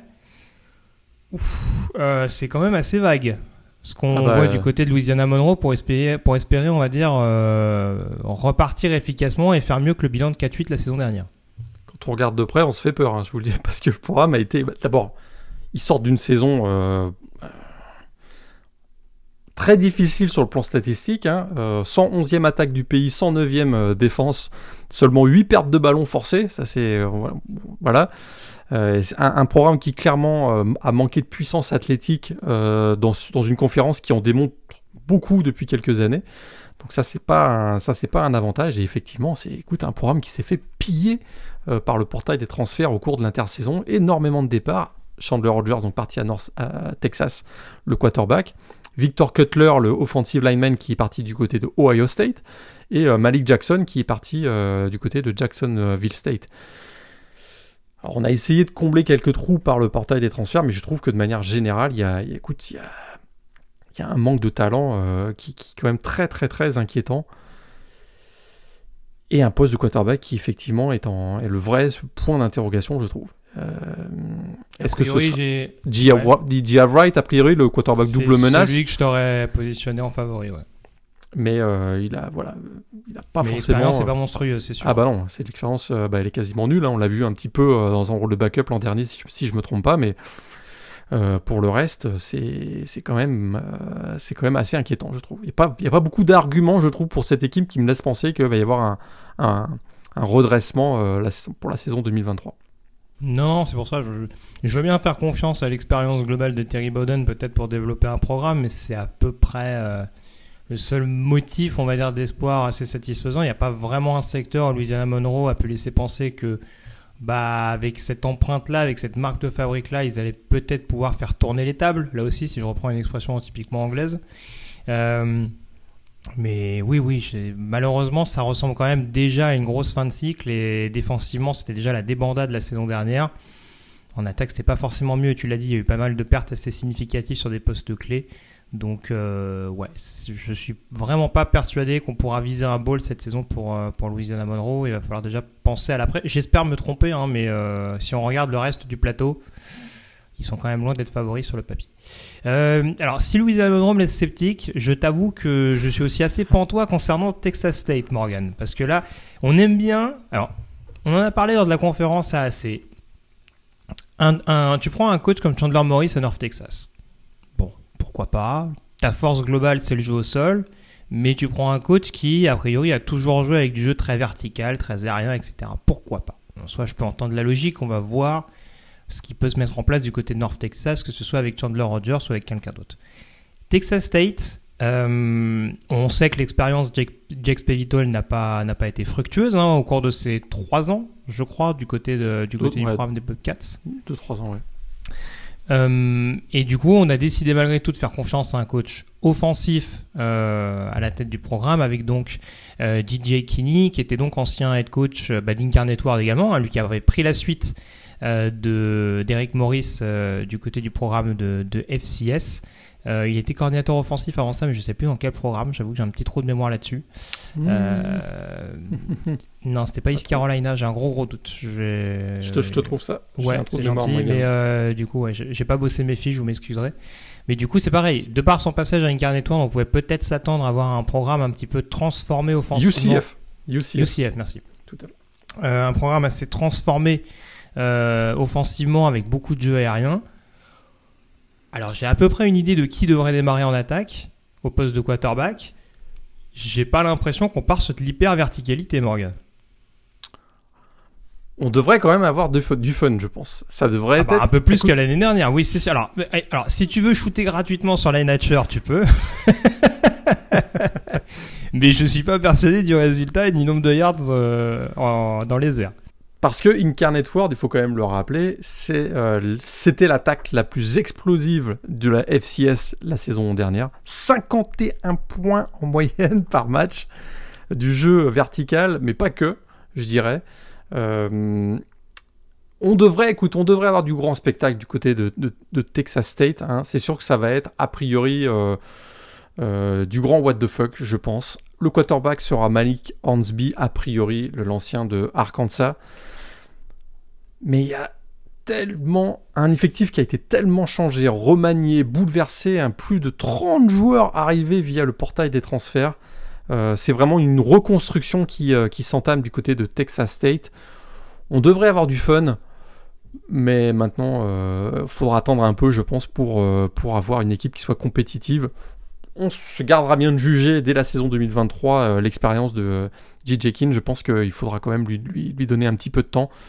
Speaker 2: ouf, euh, c'est quand même assez vague. Ce qu'on ah bah, voit du côté de Louisiana Monroe pour espérer, pour espérer on va dire, euh, repartir efficacement et faire mieux que le bilan de quatre huit la saison dernière.
Speaker 3: Quand on regarde de près, on se fait peur, hein, je vous le dis, parce que le programme a été... Bah, d'abord, ils sortent d'une saison euh, très difficile sur le plan statistique, hein, euh, cent onzième attaque du pays, cent neuvième euh, défense, seulement huit pertes de ballon forcées, ça c'est... Euh, voilà. Euh, c'est un, un programme qui clairement euh, a manqué de puissance athlétique euh, dans, dans une conférence qui en démontre beaucoup depuis quelques années. Donc ça c'est pas un, ça c'est pas un avantage, et effectivement c'est écoute un programme qui s'est fait piller euh, par le portail des transferts au cours de l'intersaison, énormément de départs. Chandler Rogers donc parti à, North, à Texas, le quarterback, Victor Cutler le offensive lineman qui est parti du côté de Ohio State, et euh, Malik Jackson qui est parti euh, du côté de Jacksonville State. Alors on a essayé de combler quelques trous par le portail des transferts, mais je trouve que de manière générale il y a, il y a écoute il y a Il y a un manque de talent euh, qui, qui est quand même très très très inquiétant, et un poste de quarterback qui effectivement est, en, est le vrai point d'interrogation, je trouve. Euh, est-ce que ce sera Gia ouais. Wright, a priori le quarterback
Speaker 2: c'est
Speaker 3: double menace,
Speaker 2: c'est celui que je t'aurais positionné en favori, ouais.
Speaker 3: Mais euh, il a voilà, il a pas
Speaker 2: mais
Speaker 3: forcément.
Speaker 2: L'expérience c'est pas monstrueux, c'est sûr.
Speaker 3: Ah bah non, c'est l'expérience, euh, bah, elle est quasiment nulle. Hein. On l'a vu un petit peu euh, dans un rôle de backup l'an dernier, si, si je me trompe pas, mais. Euh, pour le reste, c'est, c'est, quand même, euh, c'est quand même assez inquiétant, je trouve. Il n'y a pas, il y a pas beaucoup d'arguments, je trouve, pour cette équipe qui me laisse penser qu'il va y avoir un, un, un redressement euh, la, pour la saison deux mille vingt-trois.
Speaker 2: Non, c'est pour ça. Je, je, je veux bien faire confiance à l'expérience globale de Terry Bowden, peut-être pour développer un programme, mais c'est à peu près euh, le seul motif, on va dire, d'espoir assez satisfaisant. Il n'y a pas vraiment un secteur. Louisiana Monroe a pu laisser penser que bah, avec cette empreinte-là, avec cette marque de fabrique-là, ils allaient peut-être pouvoir faire tourner les tables. Là aussi, si je reprends une expression typiquement anglaise. Euh, mais oui, oui, malheureusement, ça ressemble quand même déjà à une grosse fin de cycle. Et défensivement, c'était déjà la débandade la saison dernière. En attaque, c'était pas forcément mieux. Tu l'as dit, il y a eu pas mal de pertes assez significatives sur des postes clés. Donc, euh, ouais, je suis vraiment pas persuadé qu'on pourra viser un bowl cette saison pour, pour Louisiana Monroe. Il va falloir déjà penser à l'après. J'espère me tromper, hein, mais euh, si on regarde le reste du plateau, ils sont quand même loin d'être favoris sur le papier. Euh, alors, si Louisiana Monroe me laisse sceptique, je t'avoue que je suis aussi assez pantois concernant Texas State, Morgan. Parce que là, on aime bien. Alors, on en a parlé lors de la conférence à A C. Un, un, tu prends un coach comme Chandler Morris à North Texas. Pourquoi pas. Ta force globale, c'est le jeu au sol. Mais tu prends un coach qui, a priori, a toujours joué avec du jeu très vertical, très aérien, et cetera. Pourquoi pas ? Soit je peux entendre la logique, on va voir ce qui peut se mettre en place du côté de North Texas, que ce soit avec Chandler Rogers ou avec quelqu'un d'autre. Texas State, euh, on sait que l'expérience Jake, Jake Spavital n'a pas, n'a pas été fructueuse hein, au cours de ces trois ans, je crois, du côté, de, du, côté ouais, du programme des Bobcats.
Speaker 3: Deux, trois ans, ouais.
Speaker 2: Euh, et du coup, on a décidé malgré tout de faire confiance à un coach offensif euh, à la tête du programme, avec donc euh, D J Kinney, qui était donc ancien head coach bah, d'Incarnate Word également, hein, lui qui avait pris la suite euh, de d'Eric Morris euh, du côté du programme de, de F C S. Euh, il était coordinateur offensif avant ça, mais je ne sais plus dans quel programme. J'avoue que j'ai un petit trou de mémoire là-dessus. Mmh. Euh... non, c'était pas East Carolina. J'ai un gros gros doute. Je, vais...
Speaker 3: je, te, je te trouve ça.
Speaker 2: Ouais, c'est gentil. Mais euh, du coup, ouais, j'ai, j'ai pas bossé mes fiches. Je vous m'excuserai. Mais du coup, c'est pareil. De par son passage à Incarnate Word, on pouvait peut-être s'attendre à avoir un programme un petit peu transformé offensivement.
Speaker 3: U C F. U C F.
Speaker 2: U C F, merci.
Speaker 3: Tout à l'heure.
Speaker 2: Euh, un programme assez transformé euh, offensivement avec beaucoup de jeux aériens. Alors, j'ai à peu près une idée de qui devrait démarrer en attaque au poste de quarterback. J'ai pas l'impression qu'on part sur de l'hyper-verticalité, Morgan.
Speaker 3: On devrait quand même avoir de, du fun, je pense. Ça devrait
Speaker 2: ah
Speaker 3: être...
Speaker 2: Bah, un peu plus Écoute... que l'année dernière, oui, c'est sûr. Alors, alors, si tu veux shooter gratuitement sur la nature, tu peux. Mais je suis pas persuadé du résultat et du nombre de yards euh, en, dans les airs.
Speaker 3: Parce que Incarnate Word, il faut quand même le rappeler, c'est, euh, c'était l'attaque la plus explosive de la F C S la saison dernière. cinquante et un points en moyenne par match du jeu vertical, mais pas que, je dirais. Euh, on devrait, écoute, on devrait avoir du grand spectacle du côté de, de, de Texas State. Hein. C'est sûr que ça va être, a priori, euh, euh, du grand what the fuck, je pense. Le quarterback sera Malik Hornsby, a priori, le l'ancien de Arkansas. Mais il y a tellement un effectif qui a été tellement changé, remanié, bouleversé, hein, plus de trente joueurs arrivés via le portail des transferts. Euh, c'est vraiment une reconstruction qui, euh, qui s'entame du côté de Texas State. On devrait avoir du fun, mais maintenant, il euh, faudra attendre un peu, je pense, pour, euh, pour avoir une équipe qui soit compétitive. On se gardera bien de juger dès la saison deux mille vingt-trois euh, l'expérience de euh, J J Kinn. Je pense qu'il faudra quand même lui, lui, lui donner un petit peu de temps.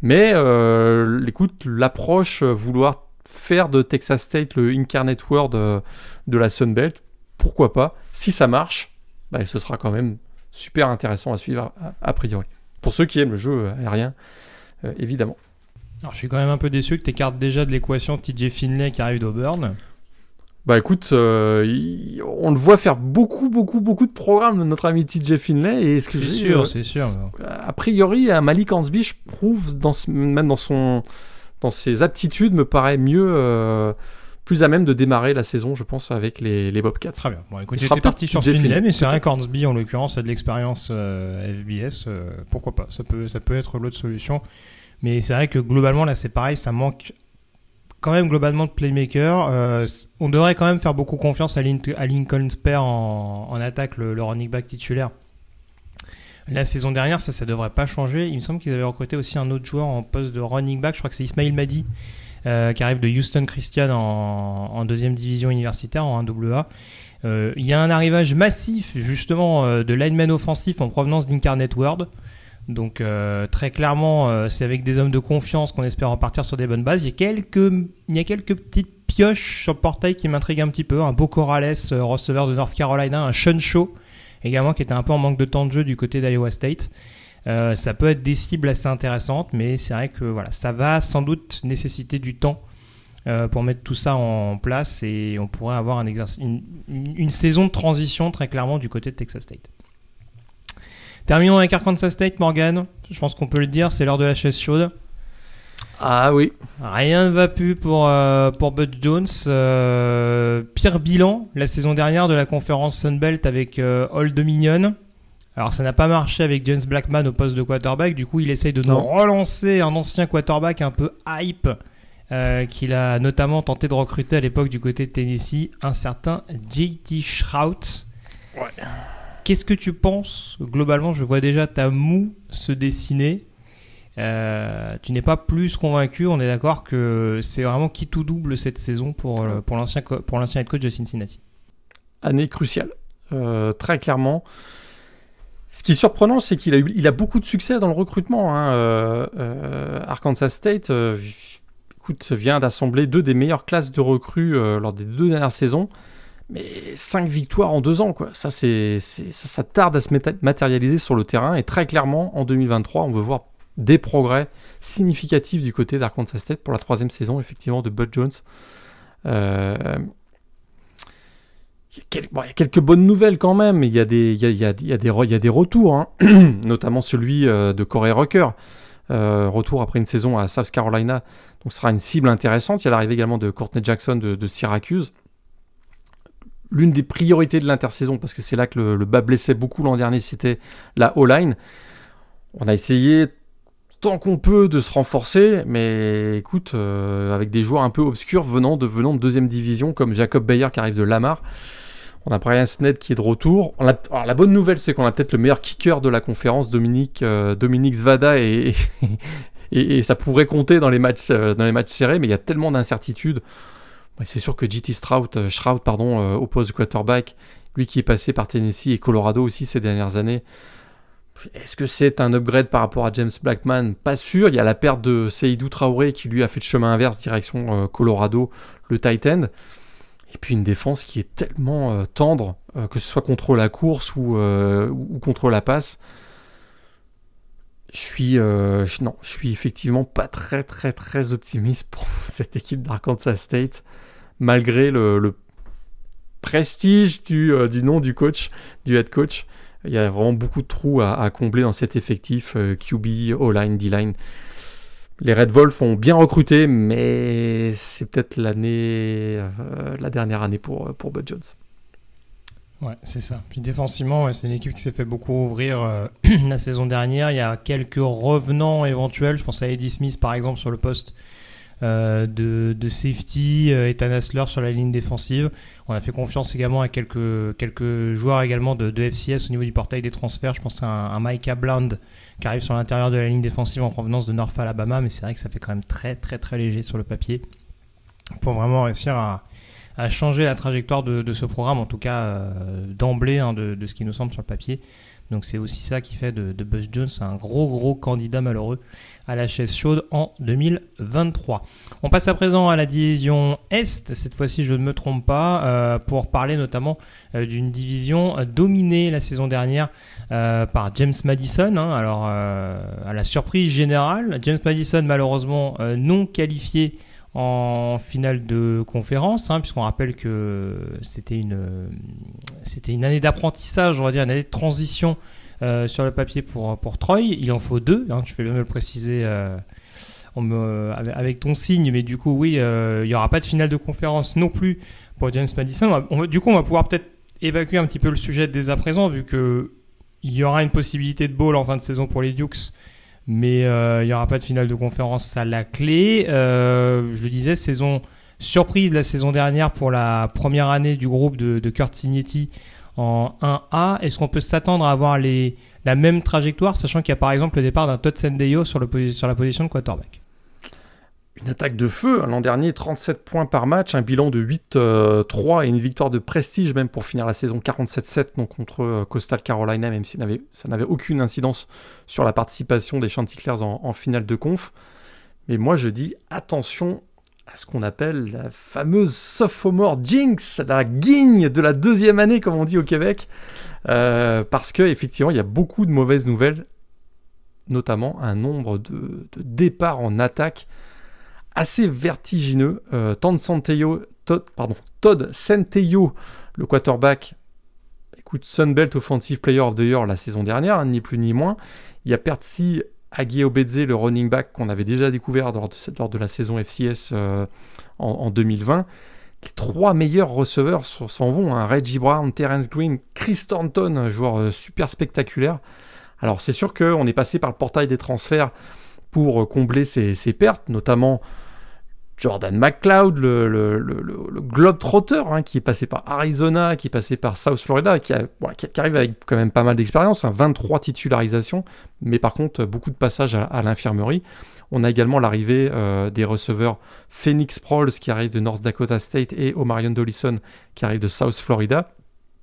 Speaker 3: Mais euh, écoute, l'approche, euh, vouloir faire de Texas State le Incarnate Word euh, de la Sun Belt, pourquoi pas? Si ça marche, bah, ce sera quand même super intéressant à suivre a, a priori. Pour ceux qui aiment le jeu aérien, euh, évidemment.
Speaker 2: Alors, je suis quand même un peu déçu que tu écartes déjà de l'équation T J Finley qui arrive d'Auburn.
Speaker 3: Bah écoute, euh, il, on le voit faire beaucoup, beaucoup, beaucoup de programmes, notre ami T J Finlay. Et ce que
Speaker 2: c'est
Speaker 3: j'ai,
Speaker 2: sûr,
Speaker 3: euh,
Speaker 2: c'est sûr.
Speaker 3: A priori, Malik Hansby, je prouve, dans ce, même dans, son, dans ses aptitudes, me paraît mieux, euh, plus à même de démarrer la saison, je pense, avec les, les Bobcats.
Speaker 2: Très bien. Bon, écoute,
Speaker 3: Il
Speaker 2: j'étais
Speaker 3: sera
Speaker 2: parti sur
Speaker 3: T J
Speaker 2: Finlay,
Speaker 3: Finlay,
Speaker 2: mais c'est vrai
Speaker 3: peut-être.
Speaker 2: qu'Hornsby, en l'occurrence, a de l'expérience euh, F B S. Euh, pourquoi pas? Ça peut, ça peut être l'autre solution. Mais c'est vrai que globalement, là, c'est pareil, ça manque quand même globalement de playmaker. Euh, on devrait quand même faire beaucoup confiance à, Lin- à Lincoln Spare en, en attaque, le, le running back titulaire. La saison dernière, ça, ça devrait pas changer. Il me semble qu'ils avaient recruté aussi un autre joueur en poste de running back. Je crois que c'est Ismail Mahdi, euh, qui arrive de Houston Christian en, en deuxième division universitaire, en un double A. Euh, il y a un arrivage massif, justement, euh, de linemen offensifs en provenance d'Incarnate Word. Donc euh, très clairement, euh, c'est avec des hommes de confiance qu'on espère repartir sur des bonnes bases. Il y a quelques, il y a quelques petites pioches sur le portail qui m'intriguent un petit peu. Un Beau Corrales, euh, receveur de North Carolina, un Sean Shaw également qui était un peu en manque de temps de jeu du côté d'Iowa State. Euh, ça peut être des cibles assez intéressantes, mais c'est vrai que voilà, ça va sans doute nécessiter du temps euh, pour mettre tout ça en place et on pourrait avoir un exercice, une, une, une saison de transition très clairement du côté de Texas State. Terminons avec Arkansas State, Morgan. Je pense qu'on peut le dire, c'est l'heure de la chaise chaude.
Speaker 3: Ah oui.
Speaker 2: Rien ne va plus pour, euh, pour Bud Jones. Euh, pire bilan la saison dernière de la conférence Sun Belt avec euh, Old Dominion. Alors ça n'a pas marché avec James Blackman au poste de quarterback. Du coup, il essaye de nous
Speaker 3: Non.
Speaker 2: relancer un ancien quarterback un peu hype euh, qu'il a notamment tenté de recruter à l'époque du côté de Tennessee, un certain J T Shrout.
Speaker 3: Ouais.
Speaker 2: Qu'est-ce que tu penses? Globalement, je vois déjà ta moue se dessiner. Euh, tu n'es pas plus convaincu. On est d'accord que c'est vraiment qui tout double cette saison pour, euh, pour, l'ancien, co- pour l'ancien head coach de Cincinnati.
Speaker 3: Année cruciale, euh, très clairement. Ce qui est surprenant, c'est qu'il a, eu, il a beaucoup de succès dans le recrutement. Hein. Euh, euh, Arkansas State euh, écoute, vient d'assembler deux des meilleures classes de recrues euh, lors des deux dernières saisons. Mais cinq victoires en deux ans, quoi. Ça, c'est, c'est, ça, ça tarde à se méta- matérialiser sur le terrain. Et très clairement, en deux mille vingt-trois, on veut voir des progrès significatifs du côté d'Arkansas State pour la troisième saison, effectivement, de Bud Jones. Euh, il, y a quel, bon, il y a quelques bonnes nouvelles quand même. Il y a des, il y a, il y a, il y a des, re, il y a des retours, hein. Notamment celui euh, de Corey Rucker. Euh, retour après une saison à South Carolina. Donc, ce sera une cible intéressante. Il y a l'arrivée également de Courtney Jackson de, de Syracuse. L'une des priorités de l'intersaison, parce que c'est là que le, le bas blessait beaucoup l'an dernier, c'était la O-line. On a essayé tant qu'on peut de se renforcer, mais écoute, euh, avec des joueurs un peu obscurs venant de, venant de deuxième division, comme Jacob Bayer qui arrive de Lamar. On a Brian Sned qui est de retour. On a, alors la bonne nouvelle, c'est qu'on a peut-être le meilleur kicker de la conférence, Dominique, euh, Dominique Zvada, et, et, et ça pourrait compter dans les matchs, euh, dans les matchs serrés, mais il y a tellement d'incertitudes. C'est sûr que J T Shrout, euh, Shrout pardon, euh, au poste de quarterback, lui qui est passé par Tennessee et Colorado aussi ces dernières années, est-ce que c'est un upgrade par rapport à James Blackman? Pas sûr. Il y a la perte de Seydou Traoré qui lui a fait le chemin inverse direction euh, Colorado, le tight end. Et puis une défense qui est tellement euh, tendre, euh, que ce soit contre la course ou, euh, ou contre la passe. Je suis, euh, je, non, je suis effectivement pas très très très optimiste pour cette équipe d'Arkansas State, malgré le, le prestige du, euh, du nom du coach, du head coach. Il y a vraiment beaucoup de trous à, à combler dans cet effectif, euh, Q B, O-line, D-line. Les Red Wolves ont bien recruté, mais c'est peut-être l'année, euh, la dernière année pour, pour Bud Jones.
Speaker 2: Ouais, c'est ça. Puis défensivement, ouais, c'est une équipe qui s'est fait beaucoup ouvrir euh, la saison dernière. Il y a quelques revenants éventuels. Je pense à Eddie Smith, par exemple, sur le poste euh, de, de safety, euh, Ethan Hassler sur la ligne défensive. On a fait confiance également à quelques, quelques joueurs également de, de F C S au niveau du portail des transferts. Je pense à un, un Micah Bland qui arrive sur l'intérieur de la ligne défensive en provenance de North Alabama, mais c'est vrai que ça fait quand même très très très léger sur le papier pour vraiment réussir à, à changer la trajectoire de, de ce programme, en tout cas euh, d'emblée, hein, de, de ce qui nous semble sur le papier. Donc c'est aussi ça qui fait de, de Buzz Jones un gros gros candidat malheureux à la chaise chaude en deux mille vingt-trois. On passe à présent à la division Est, cette fois-ci je ne me trompe pas, euh, pour parler notamment euh, d'une division dominée la saison dernière euh, par James Madison. Hein. Alors euh, à la surprise générale, James Madison malheureusement euh, non qualifié en finale de conférence, hein, puisqu'on rappelle que c'était une, c'était une année d'apprentissage, on va dire, une année de transition euh, sur le papier pour, pour Troy. Il en faut deux, hein, tu fais bien me le préciser euh, on me, avec, avec ton signe, mais du coup, oui, euh, il n'y aura pas de finale de conférence non plus pour James Madison. On va, on, du coup, on va pouvoir peut-être évacuer un petit peu le sujet dès à présent, vu qu'il y aura une possibilité de bowl en fin de saison pour les Dukes. Mais euh, il n'y aura pas de finale de conférence à la clé. Euh, je le disais, saison surprise la saison dernière pour la première année du groupe de, de Curt Cignetti en un A. Est-ce qu'on peut s'attendre à avoir les, la même trajectoire, sachant qu'il y a par exemple le départ d'un Todd Sendejo sur, le, sur la position de quarterback?
Speaker 3: Une attaque de feu, l'an dernier, trente-sept points par match, un bilan de huit trois et une victoire de prestige même pour finir la saison quarante-sept sept donc contre euh, Coastal Carolina, même si ça n'avait, ça n'avait aucune incidence sur la participation des Chanticleers en, en finale de conf. Mais moi je dis attention à ce qu'on appelle la fameuse sophomore jinx, la guigne de la deuxième année comme on dit au Québec, euh, parce qu'effectivement il y a beaucoup de mauvaises nouvelles, notamment un nombre de, de départs en attaque assez vertigineux. Euh, Todd Centeio, Todd, pardon, Todd Centeio, le quarterback, écoute, Sunbelt Offensive Player of the Year la saison dernière, hein, ni plus ni moins. Il y a Percy Aguiobedze, le running back qu'on avait déjà découvert lors de, lors de la saison F C S euh, en, en deux mille vingt. Les trois meilleurs receveurs s'en vont, hein, Reggie Brown, Terrence Green, Chris Thornton, un joueur euh, super spectaculaire. Alors c'est sûr qu'on est passé par le portail des transferts pour combler ses, ses pertes, notamment Jordan McLeod, le, le, le, le Globetrotter, hein, qui est passé par Arizona, qui est passé par South Florida, qui, a, bon, qui, qui arrive avec quand même pas mal d'expérience, hein, vingt-trois titularisations, mais par contre beaucoup de passages à, à l'infirmerie. On a également l'arrivée euh, des receveurs Phoenix Sproles, qui arrive de North Dakota State, et Omarion Dollison, qui arrive de South Florida.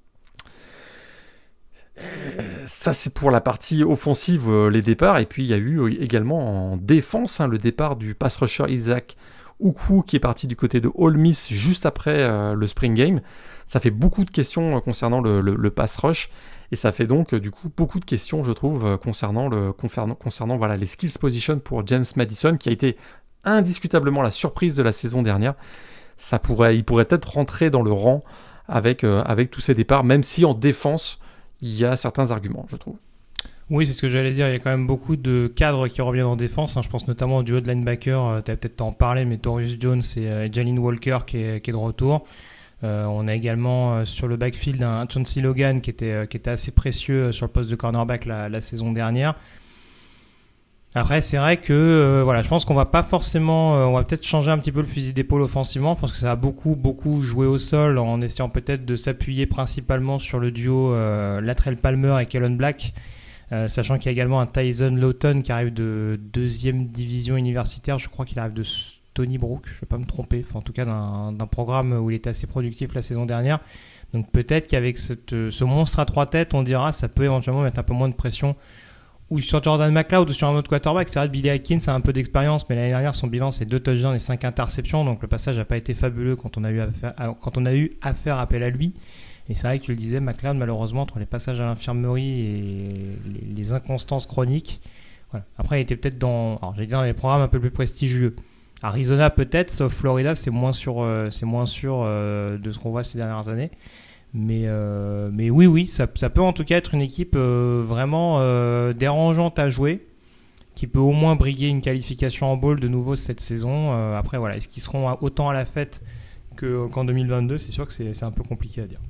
Speaker 3: Ça c'est pour la partie offensive, euh, les départs, et puis il y a eu également en défense hein, le départ du pass rusher Isaac Oukou qui est parti du côté de Ole Miss juste après euh, le Spring Game. Ça fait beaucoup de questions euh, concernant le, le, le pass rush, et ça fait donc euh, du coup beaucoup de questions je trouve euh, concernant, le, concernant, concernant voilà, les skills position pour James Madison, qui a été indiscutablement la surprise de la saison dernière. Ça pourrait, il pourrait peut-être rentrer dans le rang avec, euh, avec tous ces départs, même si en défense il y a certains arguments, je trouve.
Speaker 2: Oui, c'est ce que j'allais dire. Il y a quand même beaucoup de cadres qui reviennent en défense. Hein. Je pense notamment au duo de linebacker. Euh, tu vas peut-être t'en parler, mais Torius Jones et euh, Jalen Walker qui est, qui est de retour. Euh, on a également euh, sur le backfield un Chauncey Logan qui était, euh, qui était assez précieux sur le poste de cornerback la, la saison dernière. Après, c'est vrai que euh, voilà, je pense qu'on va pas forcément, euh, on va peut-être changer un petit peu le fusil d'épaule offensivement, parce que ça a beaucoup, beaucoup joué au sol en essayant peut-être de s'appuyer principalement sur le duo euh, Latrell Palmer et Kellen Black, euh, sachant qu'il y a également un Tyson Lawton qui arrive de deuxième division universitaire, je crois qu'il arrive de Stony Brook, je ne vais pas me tromper, enfin, en tout cas d'un, d'un programme où il était assez productif la saison dernière. Donc peut-être qu'avec cette, ce monstre à trois têtes, on dira ça peut éventuellement mettre un peu moins de pression ou sur Jordan McLeod ou sur un autre quarterback. C'est vrai que Billy Atkins a un peu d'expérience, mais l'année dernière son bilan c'est deux touchdowns et cinq interceptions, donc le passage n'a pas été fabuleux quand on a eu affaire, quand on a eu à faire appel à lui. Et c'est vrai que tu le disais, McLeod malheureusement entre les passages à l'infirmerie et les, les inconstances chroniques, voilà. Après il était peut-être dans, alors j'allais dire dans les programmes un peu plus prestigieux. Arizona peut-être, sauf Florida c'est moins sûr, euh, c'est moins sûr euh, de ce qu'on voit ces dernières années. Mais, euh, mais oui, oui, ça, ça peut en tout cas être une équipe euh, vraiment euh, dérangeante à jouer, qui peut au moins briguer une qualification en bowl de nouveau cette saison. Euh, après, voilà, est-ce qu'ils seront autant à la fête que, qu'en deux mille vingt-deux? C'est sûr que c'est, c'est un peu compliqué à dire.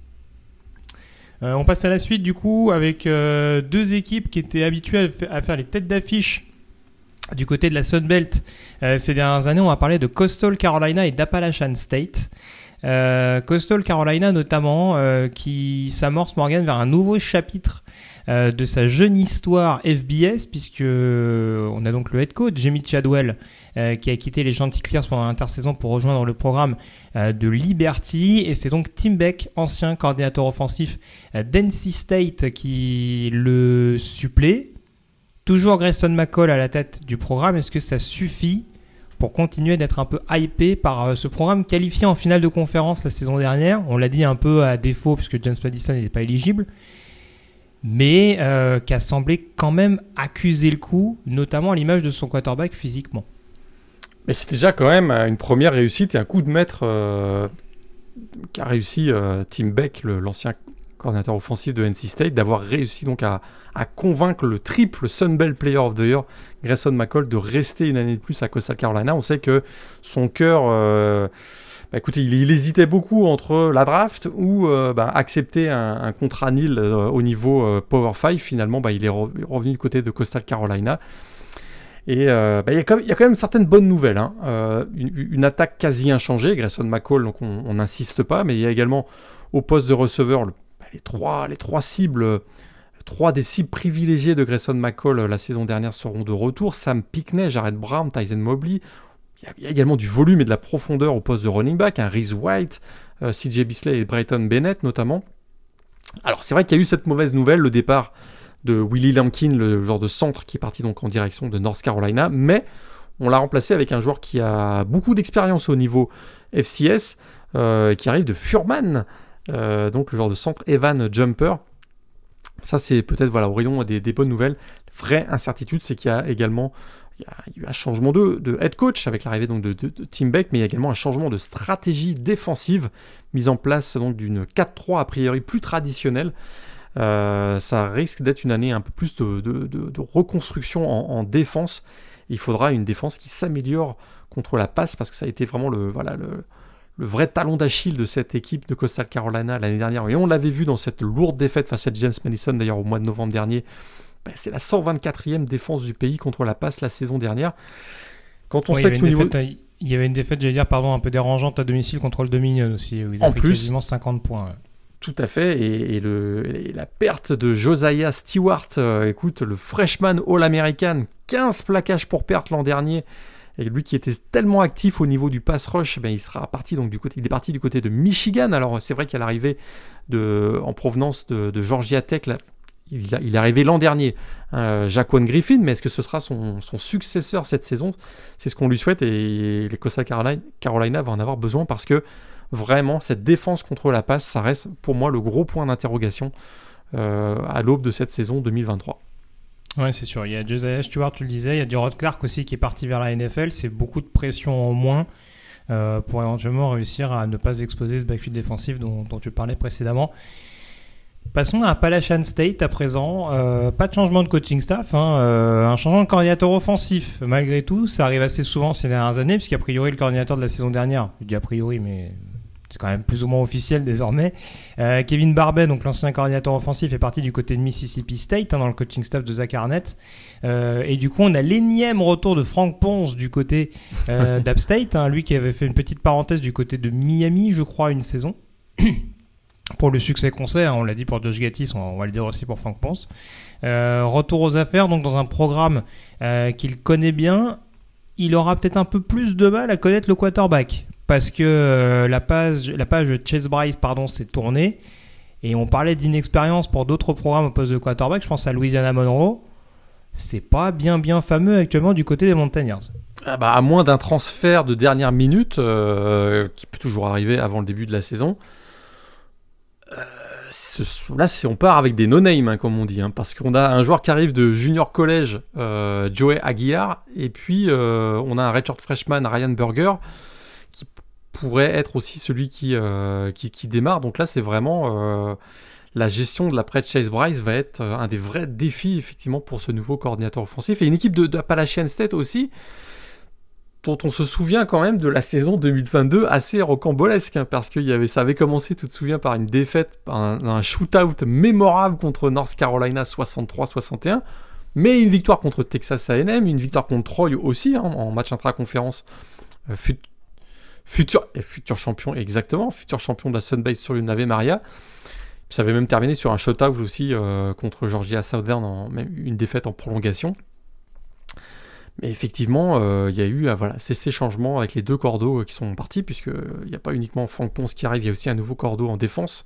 Speaker 2: Euh, on passe à la suite du coup avec euh, deux équipes qui étaient habituées à, fa- à faire les têtes d'affiche du côté de la Sun Belt euh, ces dernières années. On va parler de Coastal Carolina et d'Appalachian State. Euh, Coastal Carolina notamment, euh, qui s'amorce, Morgan, vers un nouveau chapitre euh, de sa jeune histoire F B S, puisque euh, on a donc le head coach Jamie Chadwell euh, qui a quitté les Chanticleers pendant l'intersaison pour rejoindre le programme euh, de Liberty, et c'est donc Tim Beck, ancien coordinateur offensif euh, d'N C State, qui le supplée. Toujours Grayson McCall à la tête du programme. Est-ce que ça suffit pour continuer d'être un peu hypé par ce programme qualifié en finale de conférence la saison dernière? On l'a dit un peu à défaut puisque James Madison n'était pas éligible, mais euh, qui a semblé quand même accuser le coup, notamment à l'image de son quarterback physiquement.
Speaker 3: Mais c'est déjà quand même une première réussite et un coup de maître euh, qu'a réussi euh, Tim Beck, le, l'ancien coordinateur offensif de N C State, d'avoir réussi donc à, à convaincre le triple Sun Belt Player of the Year, Grayson McCall, de rester une année de plus à Coastal Carolina. On sait que son cœur, euh, bah écoutez, il, il hésitait beaucoup entre la draft ou euh, bah, accepter un, un contrat nil euh, au niveau euh, Power five. Finalement, bah, il est re- revenu du côté de Coastal Carolina. Et euh, bah, il y a quand même, il y a quand même certaines bonnes nouvelles. Hein. Euh, une, une attaque quasi inchangée, Grayson McCall, donc on n'insiste pas, mais il y a également au poste de receveur le Les trois, les trois cibles, trois des cibles privilégiées de Grayson McCall la saison dernière seront de retour. Sam Pinckney, Jared Brown, Tyson Mobley. Il y, a, il y a également du volume et de la profondeur au poste de running back. Hein, Reese White, euh, C J Beasley et Brayton Bennett notamment. Alors c'est vrai qu'il y a eu cette mauvaise nouvelle, le départ de Willie Lampkin, le joueur de centre qui est parti donc en direction de North Carolina. Mais on l'a remplacé avec un joueur qui a beaucoup d'expérience au niveau F C S, euh, qui arrive de Furman. Euh, donc le joueur de centre Evan Jumper. Ça c'est peut-être voilà, au rayon des, des bonnes nouvelles. Vraie incertitude, c'est qu'il y a également il y a, il y a eu un changement de, de head coach avec l'arrivée donc de, de, de Tim Beck, mais il y a également un changement de stratégie défensive, mise en place donc d'une quatre trois a priori plus traditionnelle. Euh, ça risque d'être une année un peu plus de, de, de, de reconstruction en, en défense. Il faudra une défense qui s'améliore contre la passe, parce que ça a été vraiment le voilà le le vrai talon d'Achille de cette équipe de Coastal Carolina l'année dernière. Et on l'avait vu dans cette lourde défaite face à James Madison, d'ailleurs au mois de novembre dernier. Ben, c'est la cent vingt-quatrième défense du pays contre la passe la saison dernière. Quand on
Speaker 2: oui,
Speaker 3: sait que ce niveau...
Speaker 2: Il y avait une défaite, j'allais dire, pardon, un peu dérangeante à domicile contre le Dominion aussi. Où ils
Speaker 3: en
Speaker 2: avaient
Speaker 3: plus,
Speaker 2: quasiment cinquante points. Ouais.
Speaker 3: Tout à fait. Et, et, le, et la perte de Josiah Stewart, euh, écoute, le freshman All-American, quinze plaquages pour perte l'an dernier. Et lui qui était tellement actif au niveau du pass rush, ben il sera parti donc du côté, il est parti du côté de Michigan. Alors c'est vrai qu'à l'arrivée de, en provenance de, de Georgia Tech, là, il, a, il est arrivé l'an dernier, euh, Jaquan Griffin, mais est-ce que ce sera son, son successeur cette saison? C'est ce qu'on lui souhaite, et les Coastal Carolina, Carolina va en avoir besoin, parce que vraiment cette défense contre la passe, ça reste pour moi le gros point d'interrogation euh, à l'aube de cette saison deux mille vingt-trois.
Speaker 2: Ouais, c'est sûr. Il y a Josiah Stewart, tu le disais. Il y a Jarrod Clark aussi qui est parti vers la N F L. C'est beaucoup de pression en moins euh, pour éventuellement réussir à ne pas exposer ce backfield défensif dont, dont tu parlais précédemment. Passons à Appalachian State à présent. Euh, pas de changement de coaching staff, hein, euh, un changement de coordinateur offensif. Malgré tout, ça arrive assez souvent ces dernières années, puisqu'a priori le coordinateur de la saison dernière, je dis a priori, mais c'est quand même plus ou moins officiel désormais. Euh, Kevin Barbet, donc l'ancien coordinateur offensif, est parti du côté de Mississippi State, hein, dans le coaching staff de Zach Arnett. Euh, et du coup, on a l'énième retour de Frank Ponce du côté euh, d'App State, hein, lui qui avait fait une petite parenthèse du côté de Miami, je crois, une saison. Pour le succès qu'on sait, hein, on l'a dit pour Josh Gattis, on, on va le dire aussi pour Frank Ponce. Euh, retour aux affaires, donc dans un programme euh, qu'il connaît bien. Il aura peut-être un peu plus de mal à connaître le quarterback, parce que euh, la page, la page Chase Bryce pardon, s'est tournée, et on parlait d'inexpérience pour d'autres programmes au poste de quarterback. Je pense à Louisiana Monroe. C'est pas bien bien fameux actuellement du côté des Mountaineers.
Speaker 3: Ah bah, à moins d'un transfert de dernière minute, euh, qui peut toujours arriver avant le début de la saison. Euh, ce, là, c'est, on part avec des no-name, hein, comme on dit, hein, parce qu'on a un joueur qui arrive de junior college, euh, Joey Aguilar, et puis euh, on a un redshirt freshman, Ryan Burger, qui pourrait être aussi celui qui, euh, qui, qui démarre. Donc là, c'est vraiment euh, la gestion de l'après Chase Bryce va être un des vrais défis effectivement pour ce nouveau coordinateur offensif, et une équipe de, de Appalachian State aussi, dont on se souvient quand même de la saison deux mille vingt-deux assez rocambolesque, hein, parce que y avait, ça avait commencé, tu te souviens, par une défaite, par un, un shootout mémorable contre North Carolina soixante-trois à soixante et un, mais une victoire contre Texas A and M, une victoire contre Troy aussi, hein, en match intra-conférence, euh, fut, futur, futur champion, exactement, futur champion de la Sunbelt sur une Ave Maria. Ça avait même terminé sur un shutout aussi euh, contre Georgia Southern, en, même une défaite en prolongation. Mais effectivement, il euh, y a eu euh, voilà, ces, ces changements avec les deux cordeaux euh, qui sont partis, puisqu'il n'y a pas uniquement Franck Ponce qui arrive, il y a aussi un nouveau cordeau en défense.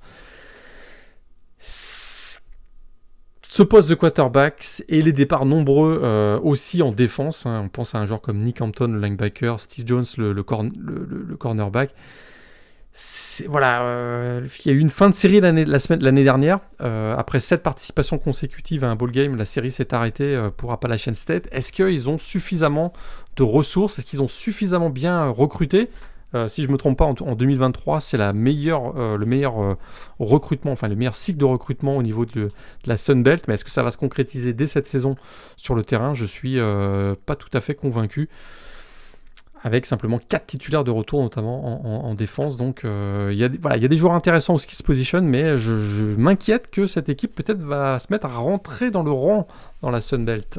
Speaker 3: Ce poste de quarterback et les départs nombreux euh, aussi en défense, hein, on pense à un joueur comme Nick Hampton, le linebacker, Steve Jones, le, le, corn, le, le, le cornerback. C'est, voilà, euh, il y a eu une fin de série l'année, la semaine, l'année dernière. Euh, après sept participations consécutives à un bowl game, la série s'est arrêtée euh, pour Appalachian State. Est-ce qu'ils ont suffisamment de ressources? Est-ce qu'ils ont suffisamment bien recruté? euh, Si je ne me trompe pas, en, en deux mille vingt-trois, c'est la meilleure, euh, le meilleur euh, recrutement, enfin le meilleur cycle de recrutement au niveau de, de la Sunbelt. Mais est-ce que ça va se concrétiser dès cette saison sur le terrain? Je ne suis euh, pas tout à fait convaincu. Avec simplement quatre titulaires de retour, notamment en, en, en défense. Donc, il euh, y, voilà, y a des joueurs intéressants aussi qui se positionnent, mais je, je m'inquiète que cette équipe peut-être va se mettre à rentrer dans le rang dans la Sunbelt.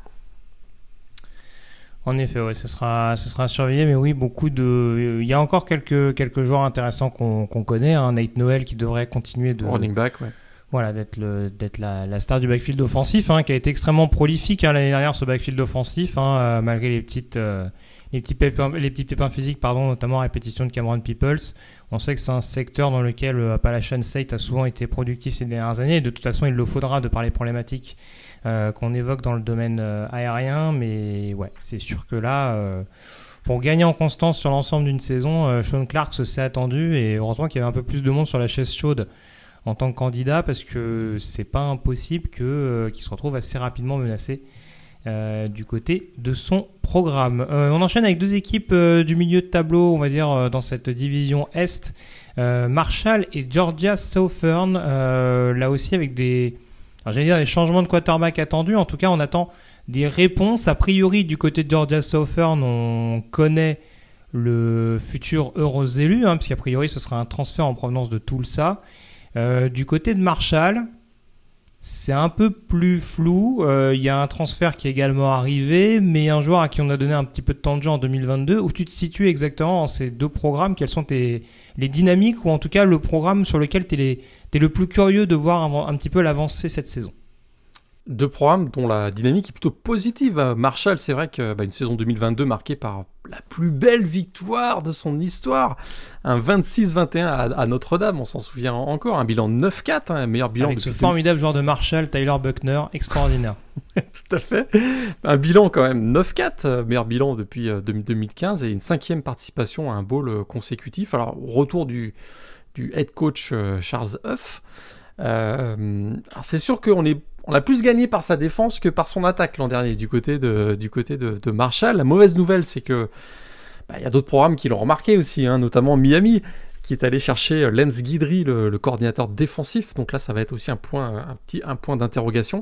Speaker 2: En effet, ouais, ce sera, ce sera surveillé, mais oui, beaucoup de... Il y a encore quelques, quelques joueurs intéressants qu'on, qu'on connaît. Hein. Nate Noel qui devrait continuer de...
Speaker 3: Running back, ouais.
Speaker 2: Voilà, d'être, le, d'être la, la star du backfield offensif, hein, qui a été extrêmement prolifique hein, l'année dernière, ce backfield offensif, hein, euh, malgré les petites... Euh, Les petits, pépins, les petits pépins physiques, pardon, notamment à répétition de Cameron Peoples. On sait que c'est un secteur dans lequel euh, Appalachian State a souvent été productif ces dernières années. Et de toute façon, il le faudra de par les problématiques euh, qu'on évoque dans le domaine euh, aérien. Mais ouais, c'est sûr que là, euh, pour gagner en constance sur l'ensemble d'une saison, euh, Sean Clark se s'est attendu. Et heureusement qu'il y avait un peu plus de monde sur la chaise chaude en tant que candidat, parce que c'est pas impossible que, euh, qu'il se retrouve assez rapidement menacé. Euh, du côté de son programme. Euh, on enchaîne avec deux équipes euh, du milieu de tableau, on va dire, euh, dans cette division Est. Euh, Marshall et Georgia Southern, euh, là aussi avec des, alors j'allais dire des changements de quarterback attendus. En tout cas, on attend des réponses. A priori, du côté de Georgia Southern, on connaît le futur heureux élu, hein, puisqu'a priori, ce sera un transfert en provenance de Tulsa. Euh, du côté de Marshall, c'est un peu plus flou. Il euh, y a un transfert qui est également arrivé, mais un joueur à qui on a donné un petit peu de temps de jeu en deux mille vingt-deux. Où tu te situes exactement dans ces deux programmes? Quelles sont tes, les dynamiques, ou en tout cas le programme sur lequel tu es le plus curieux de voir un, un petit peu l'avancée cette saison?
Speaker 3: Deux programmes dont la dynamique est plutôt positive. Marshall, c'est vrai que bah, une saison deux mille vingt-deux marquée par la plus belle victoire de son histoire, un vingt-six vingt et un à, à Notre-Dame, on s'en souvient encore, un bilan neuf quatre, hein, meilleur bilan.
Speaker 2: Avec ce formidable joueur de Marshall, Tyler Buckner, extraordinaire.
Speaker 3: Tout à fait, un bilan quand même neuf quatre, meilleur bilan depuis euh, deux mille quinze, et une cinquième participation à un bowl consécutif. Alors, retour du, du head coach euh, Charles Huff. Euh, alors c'est sûr qu'on est On a plus gagné par sa défense que par son attaque l'an dernier du côté de, du côté de, de Marshall. La mauvaise nouvelle, c'est que bah, y a d'autres programmes qui l'ont remarqué aussi, hein, notamment Miami, qui est allé chercher Lance Guidry, le, le coordinateur défensif. Donc là, ça va être aussi un point, un petit, un point d'interrogation.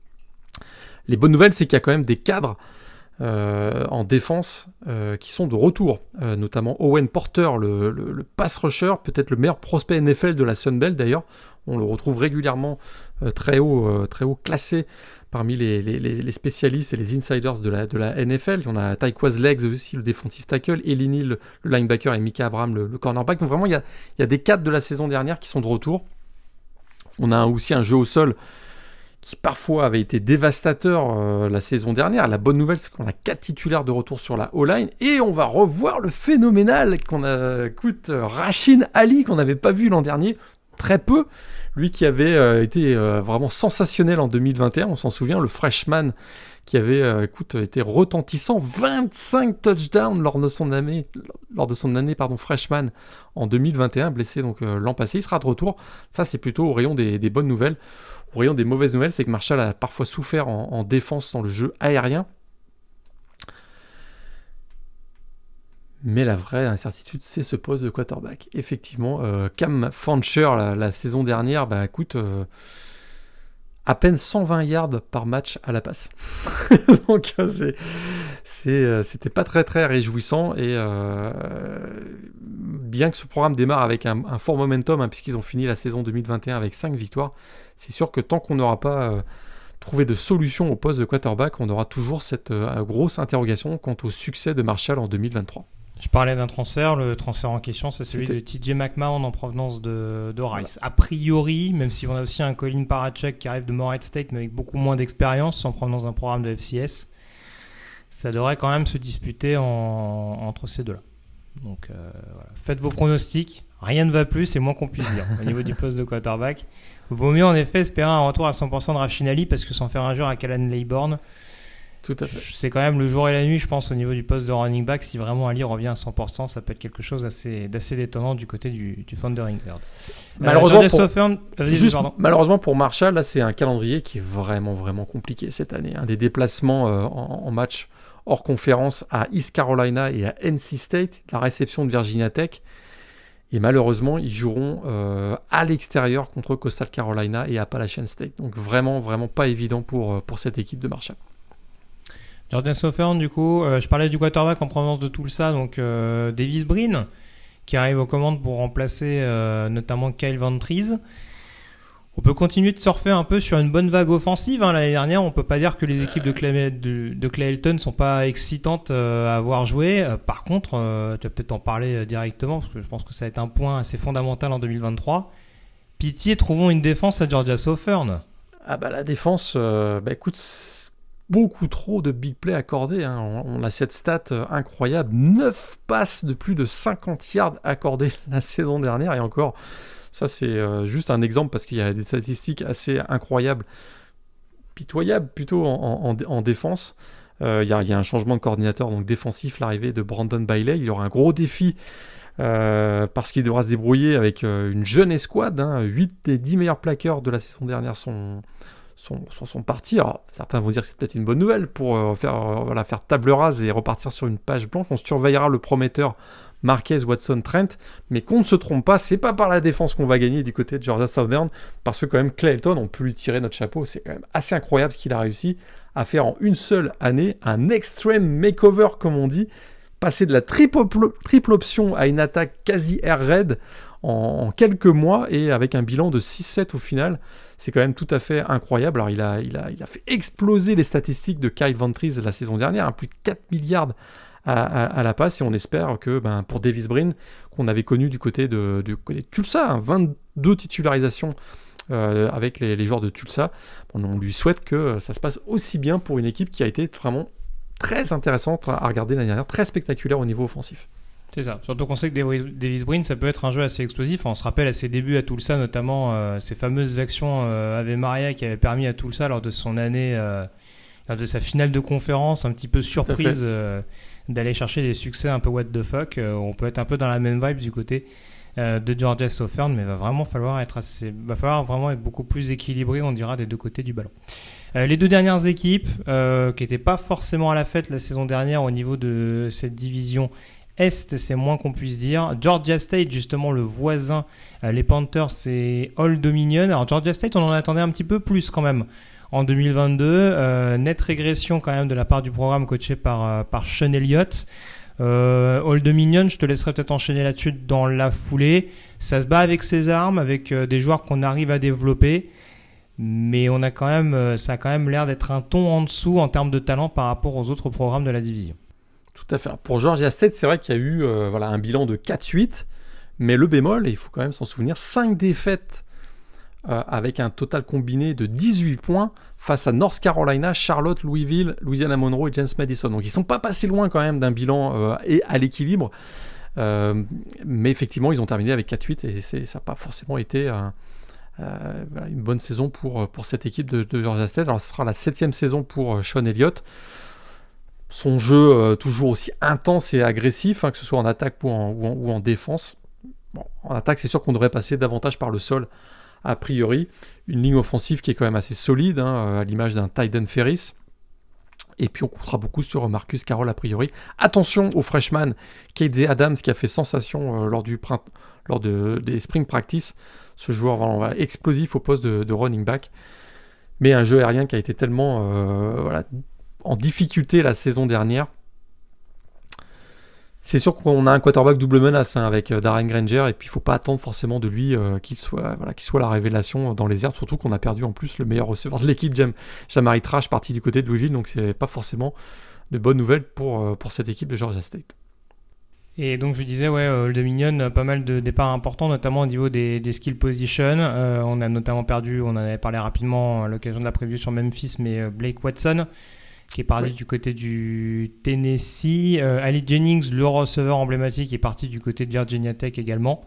Speaker 3: Les bonnes nouvelles, c'est qu'il y a quand même des cadres euh, en défense euh, qui sont de retour, euh, notamment Owen Porter, le, le, le pass rusher, peut-être le meilleur prospect N F L de la Sunbelt d'ailleurs. On le retrouve régulièrement euh, très haut, euh, très haut classé parmi les, les, les spécialistes et les insiders de la, de la N F L. Il y en a Tyquez Legs aussi, le defensive tackle, Eleni, le, le linebacker, et Micah Abraham, le, le cornerback. Donc vraiment, il y a, il y a des cadres de la saison dernière qui sont de retour. On a aussi un jeu au sol qui parfois avait été dévastateur euh, la saison dernière. La bonne nouvelle, c'est qu'on a quatre titulaires de retour sur la O-line, et on va revoir le phénoménal qu'on a, écoute, Rasheen Ali, qu'on n'avait pas vu l'an dernier, très peu. Lui qui avait euh, été euh, vraiment sensationnel en deux mille vingt et un, on s'en souvient, le freshman qui avait euh, écoute, été retentissant, vingt-cinq touchdowns lors de son année, lors de son année pardon, freshman en deux mille vingt et un, blessé donc euh, l'an passé. Il sera de retour. Ça, c'est plutôt au rayon des, des bonnes nouvelles. Au rayon des mauvaises nouvelles, c'est que Marshall a parfois souffert en, en défense dans le jeu aérien. Mais la vraie incertitude, c'est ce poste de quarterback. Effectivement, euh, Cam Fancher, la, la saison dernière, bah écoute, euh, à peine cent vingt yards par match à la passe. Donc, euh, c'est, c'est, euh, c'était pas très très réjouissant. Et euh, bien que ce programme démarre avec un, un fort momentum, hein, puisqu'ils ont fini la saison deux mille vingt et un avec cinq victoires, c'est sûr que tant qu'on n'aura pas euh, trouvé de solution au poste de quarterback, on aura toujours cette euh, grosse interrogation quant au succès de Marshall en deux mille vingt-trois.
Speaker 2: Je parlais d'un transfert, le transfert en question, c'est celui C'était... de T J McMahon en provenance de, de Rice. Voilà. A priori, même si on a aussi un Colin Parachek qui arrive de Morehead State, mais avec beaucoup moins d'expérience en provenance d'un programme de F C S, ça devrait quand même se disputer en, entre ces deux-là. Donc euh, voilà. Faites vos pronostics, rien ne va plus, c'est moins qu'on puisse dire au niveau du poste de quarterback. Vaut mieux en effet espérer un retour à cent pour cent de Rasheen Ali, parce que sans faire un joueur à Callan Laybourne,
Speaker 3: tout à fait.
Speaker 2: C'est quand même le jour et la nuit, je pense, au niveau du poste de running back. Si vraiment Ali revient à cent pour cent, ça peut être quelque chose d'assez, d'assez détonnant du côté du, du Thundering Herd.
Speaker 3: Malheureusement,
Speaker 2: euh,
Speaker 3: pour,
Speaker 2: Soffern, euh,
Speaker 3: juste, malheureusement pour Marshall, là, c'est un calendrier qui est vraiment, vraiment compliqué cette année. Hein. Des déplacements euh, en, en match hors conférence à East Carolina et à N C State, la réception de Virginia Tech. Et malheureusement, ils joueront euh, à l'extérieur contre Coastal Carolina et Appalachian State. Donc vraiment, vraiment pas évident pour, pour cette équipe de Marshall.
Speaker 2: Jordan Soffern, du coup, euh, je parlais du quarterback en provenance de Tulsa, donc euh, Davis Brin, qui arrive aux commandes pour remplacer euh, notamment Kyle Vantrease. On peut continuer de surfer un peu sur une bonne vague offensive. Hein. L'année dernière, on peut pas dire que les équipes de Clay, de, de Clay Helton sont pas excitantes euh, à avoir joué. Euh, par contre, euh, tu vas peut-être en parler euh, directement, parce que je pense que ça va être un point assez fondamental en deux mille vingt-trois. Pitié, trouvons une défense à Georgia Southern.
Speaker 3: Ah bah la défense, euh, bah écoute... beaucoup trop de big play accordés. Hein. On, on a cette stat incroyable. neuf passes de plus de cinquante yards accordées la saison dernière. Et encore, ça c'est euh, juste un exemple parce qu'il y a des statistiques assez incroyables, pitoyables plutôt en, en, en défense. Euh, il, y a, il y a un changement de coordinateur donc défensif, l'arrivée de Brandon Bailey. Il aura un gros défi euh, parce qu'il devra se débrouiller avec euh, une jeune escouade. Hein. huit des dix meilleurs plaqueurs de la saison dernière sont... Sont, sont, sont partis. Alors, certains vont dire que c'est peut-être une bonne nouvelle pour euh, faire, euh, voilà, faire table rase et repartir sur une page blanche. On surveillera le prometteur Marquez, Watson, Trent, mais qu'on ne se trompe pas, c'est pas par la défense qu'on va gagner du côté de Georgia Southern, parce que quand même Clay Helton, on peut lui tirer notre chapeau. C'est quand même assez incroyable ce qu'il a réussi à faire en une seule année, un extreme makeover comme on dit, passer de la triple, triple option à une attaque quasi air raid en quelques mois et avec un bilan de six sept au final. C'est quand même tout à fait incroyable. Alors il a, il a, il a fait exploser les statistiques de Kyle Vantrease la saison dernière, hein, plus de quatre milliards à, à, à la passe, et on espère que ben, pour Davis Brin, qu'on avait connu du côté de, de, de Tulsa, hein, vingt-deux titularisations euh, avec les, les joueurs de Tulsa, bon, on lui souhaite que ça se passe aussi bien pour une équipe qui a été vraiment très intéressante à regarder l'année dernière, très spectaculaire au niveau offensif.
Speaker 2: C'est ça, surtout qu'on sait que Davis Brin, ça peut être un jeu assez explosif. On se rappelle à ses débuts à Tulsa, notamment euh, ces fameuses actions euh, Ave Maria qui avaient permis à Tulsa, lors de son année, euh, lors de sa finale de conférence, un petit peu surprise, euh, d'aller chercher des succès un peu what the fuck. Euh, on peut être un peu dans la même vibe du côté euh, de Georgia Southern, mais il va vraiment falloir être assez, va falloir vraiment être beaucoup plus équilibré, on dira, des deux côtés du ballon. Euh, les deux dernières équipes, euh, qui n'étaient pas forcément à la fête la saison dernière au niveau de cette division Est, c'est moins qu'on puisse dire. Georgia State, justement, le voisin, euh, les Panthers, c'est Old Dominion. Alors, Georgia State, on en attendait un petit peu plus quand même en deux mille vingt-deux. Euh, nette régression quand même de la part du programme coaché par, euh, par Sean Elliott. Euh, Old Dominion, je te laisserai peut-être enchaîner là-dessus dans la foulée. Ça se bat avec ses armes, avec euh, des joueurs qu'on arrive à développer. Mais on a quand même, euh, ça a quand même l'air d'être un ton en dessous en termes de talent par rapport aux autres programmes de la division.
Speaker 3: Tout à fait. Alors pour Georgia State, c'est vrai qu'il y a eu euh, voilà, un bilan de quatre huit, mais le bémol, et il faut quand même s'en souvenir, cinq défaites euh, avec un total combiné de dix-huit points face à North Carolina, Charlotte, Louisville, Louisiana Monroe et James Madison. Donc ils ne sont pas passés loin quand même d'un bilan euh, et à l'équilibre, euh, mais effectivement ils ont terminé avec quatre huit et c'est, ça n'a pas forcément été euh, euh, voilà, une bonne saison pour, pour cette équipe de, de Georgia State. Alors ce sera la septième saison pour euh, Sean Elliott. Son jeu euh, toujours aussi intense et agressif, hein, que ce soit en attaque ou en, ou en, ou en défense. Bon, en attaque, c'est sûr qu'on devrait passer davantage par le sol, a priori. Une ligne offensive qui est quand même assez solide, hein, à l'image d'un Tyden Ferris. Et puis on comptera beaucoup sur Marcus Carroll, a priori. Attention au freshman K J Adams, qui a fait sensation euh, lors, du print, lors de, des spring practice. Ce joueur voilà, voilà, explosif au poste de, de running back. Mais un jeu aérien qui a été tellement... Euh, voilà, en difficulté la saison dernière. C'est sûr qu'on a un quarterback double menace, hein, avec Darren Granger, et puis il ne faut pas attendre forcément de lui euh, qu'il soit, voilà, qu'il soit la révélation dans les airs, surtout qu'on a perdu en plus le meilleur receveur de l'équipe, Jam- Jamari Trash, parti du côté de Louisville, donc c'est pas forcément de bonnes nouvelles pour, euh, pour cette équipe de Georgia State.
Speaker 2: Et donc je disais, ouais, Old Dominion, pas mal de départs importants, notamment au niveau des, des skill positions. Euh, on a notamment perdu, on en avait parlé rapidement à l'occasion de la preview sur Memphis, mais euh, Blake Watson, qui est parti oui. du côté du Tennessee. Euh, Ali Jennings, le receveur emblématique, est parti du côté de Virginia Tech également.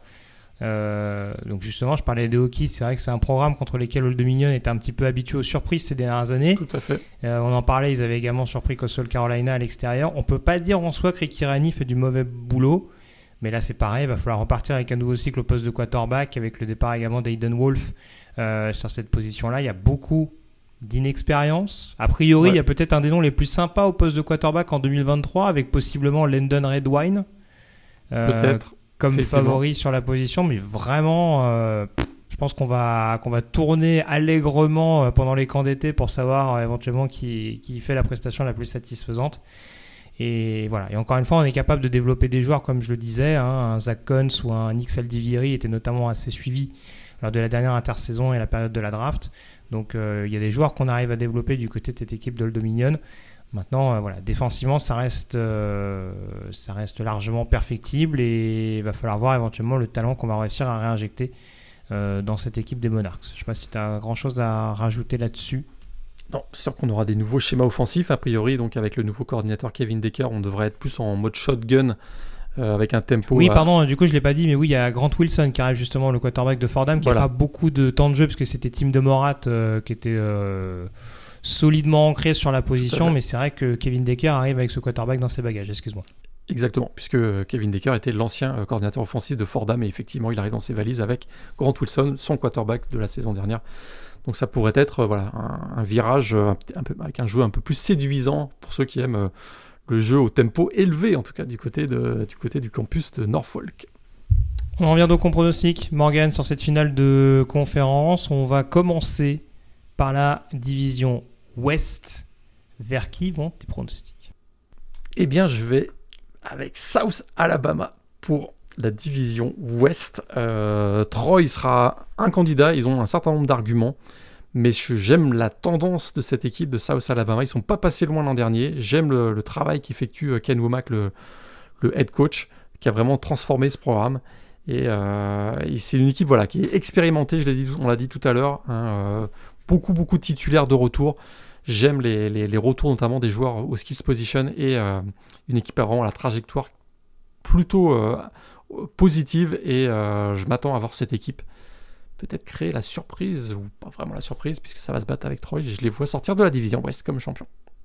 Speaker 2: Euh, donc justement, je parlais des Hokies, c'est vrai que c'est un programme contre lequel Old Dominion était un petit peu habitué aux surprises ces dernières années.
Speaker 3: Tout à fait.
Speaker 2: Euh, on en parlait, ils avaient également surpris Coastal Carolina à l'extérieur. On peut pas dire en soi que Ricky Rani fait du mauvais boulot, mais là c'est pareil, il va falloir repartir avec un nouveau cycle au poste de quarterback, avec le départ également d'Aiden Wolf euh, sur cette position-là. Il y a beaucoup d'inexpérience. A priori, ouais. il y a peut-être un des noms les plus sympas au poste de quarterback en deux mille vingt-trois, avec possiblement Landon Redwine.
Speaker 3: Euh, peut-être.
Speaker 2: Comme favori sur la position, mais vraiment, euh, je pense qu'on va, qu'on va tourner allègrement pendant les camps d'été pour savoir euh, éventuellement qui, qui fait la prestation la plus satisfaisante. Et voilà. Et encore une fois, on est capable de développer des joueurs, comme je le disais, hein, un Zach Cons ou un Nick Saldiviri étaient notamment assez suivis lors de la dernière intersaison et la période de la draft. Donc euh, il y a des joueurs qu'on arrive à développer du côté de cette équipe d'Old Dominion. Maintenant, euh, voilà, défensivement, ça reste, euh, ça reste largement perfectible et il va falloir voir éventuellement le talent qu'on va réussir à réinjecter euh, dans cette équipe des Monarchs. Je ne sais pas si tu as grand-chose à rajouter là-dessus.
Speaker 3: Non, c'est sûr qu'on aura des nouveaux schémas offensifs, a priori. Donc avec le nouveau coordinateur Kevin Decker, on devrait être plus en mode shotgun euh, avec un tempo...
Speaker 2: Oui,
Speaker 3: à...
Speaker 2: pardon, du coup, je ne l'ai pas dit, mais oui, il y a Grant Wilson qui arrive justement, le quarterback de Fordham, qui n'a voilà. pas beaucoup de temps de jeu parce que c'était Tim DeMorat euh, qui était... Euh, solidement ancré sur la position, mais c'est vrai que Kevin Decker arrive avec ce quarterback dans ses bagages, excuse-moi.
Speaker 3: Exactement, puisque Kevin Decker était l'ancien coordinateur offensif de Fordham et effectivement il arrive dans ses valises avec Grant Wilson, son quarterback de la saison dernière. Donc ça pourrait être voilà, un, un virage un, un peu, avec un jeu un peu plus séduisant pour ceux qui aiment le jeu au tempo élevé, en tout cas du côté, de, du, côté du campus de Norfolk.
Speaker 2: On revient donc au pronostic, Morgan, sur cette finale de conférence. On va commencer par la division Ouest. Vers qui vont tes pronostics ?
Speaker 3: Eh bien, je vais avec South Alabama pour la division Ouest. Euh, Troy sera un candidat. Ils ont un certain nombre d'arguments. Mais je, j'aime la tendance de cette équipe de South Alabama. Ils ne sont pas passés loin l'an dernier. J'aime le, le travail qu'effectue Ken Womack, le, le head coach, qui a vraiment transformé ce programme. Et, euh, et c'est une équipe voilà, qui est expérimentée, je l'ai dit, on l'a dit tout à l'heure. Hein, euh, beaucoup, beaucoup de titulaires de retour. J'aime les, les, les retours notamment des joueurs au skills position et euh, une équipe à vraiment la trajectoire plutôt euh, positive. Et euh, je m'attends à voir cette équipe peut-être créer la surprise, ou pas vraiment la surprise, puisque ça va se battre avec Troy. Je les vois sortir de la division Ouest comme champion.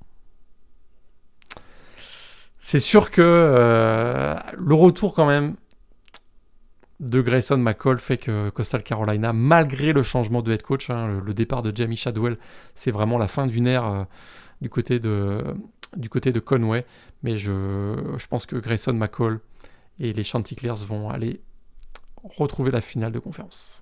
Speaker 3: C'est sûr que euh, le retour quand même de Grayson McCall fait que Coastal Carolina, malgré le changement de head coach, hein, le, le départ de Jamie Shadwell, c'est vraiment la fin d'une ère euh, du, côté de, du côté de Conway. Mais je, je pense que Grayson McCall et les Chanticleers vont aller retrouver la finale de conférence.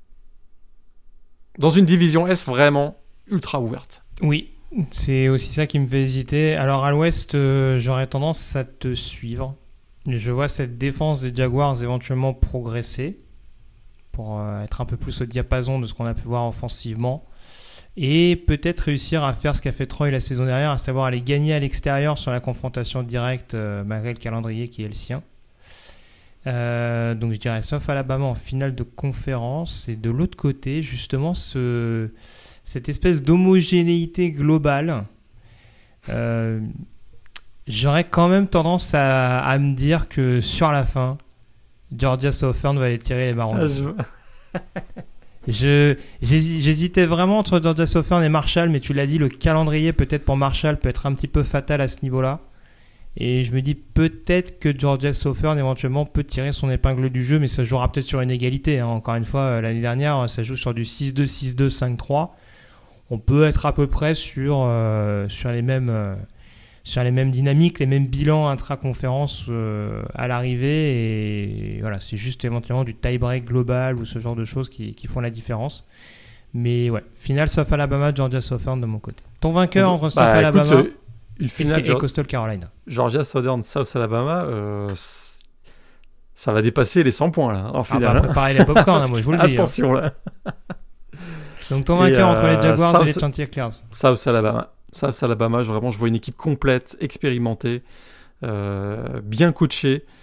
Speaker 3: Dans une division S vraiment ultra ouverte.
Speaker 2: Oui, c'est aussi ça qui me fait hésiter. Alors à l'Ouest, euh, j'aurais tendance à te suivre. Je vois cette défense des Jaguars éventuellement progresser pour euh, être un peu plus au diapason de ce qu'on a pu voir offensivement et peut-être réussir à faire ce qu'a fait Troy la saison dernière, à savoir aller gagner à l'extérieur sur la confrontation directe euh, malgré le calendrier qui est le sien. Euh, donc je dirais sauf Alabama en finale de conférence et de l'autre côté justement ce, cette espèce d'homogénéité globale. Euh, J'aurais quand même tendance à, à me dire que sur la fin, Georgia Southern va aller tirer les marrons. Ah, je... je, j'hésitais vraiment entre Georgia Southern et Marshall, mais tu l'as dit, le calendrier peut-être pour Marshall peut être un petit peu fatal à ce niveau-là. Et je me dis peut-être que Georgia Southern éventuellement peut tirer son épingle du jeu, mais ça jouera peut-être sur une égalité. Hein. Encore une fois, l'année dernière, ça joue sur du six deux, six deux, cinq trois. On peut être à peu près sur, euh, sur les mêmes... Euh, sur les mêmes dynamiques, les mêmes bilans intra-conférence euh, à l'arrivée. Et voilà, c'est juste éventuellement du tie-break global ou ce genre de choses qui, qui font la différence. Mais ouais, finale South Alabama, Georgia Southern de mon côté. Ton vainqueur entre South bah, Alabama écoute, euh, une finale et, et Coastal Carolina.
Speaker 3: Georgia Southern, South Alabama, euh, ça va dépasser les cent points là, en finale.
Speaker 2: Ah bah, préparez les popcorn, hein, moi je vous le dis.
Speaker 3: Attention hein.
Speaker 2: là. Donc ton vainqueur euh, entre les Jaguars South, et les Chanticleers.
Speaker 3: South Alabama. South Alabama, vraiment, je vois une équipe complète, expérimentée, euh, bien coachée.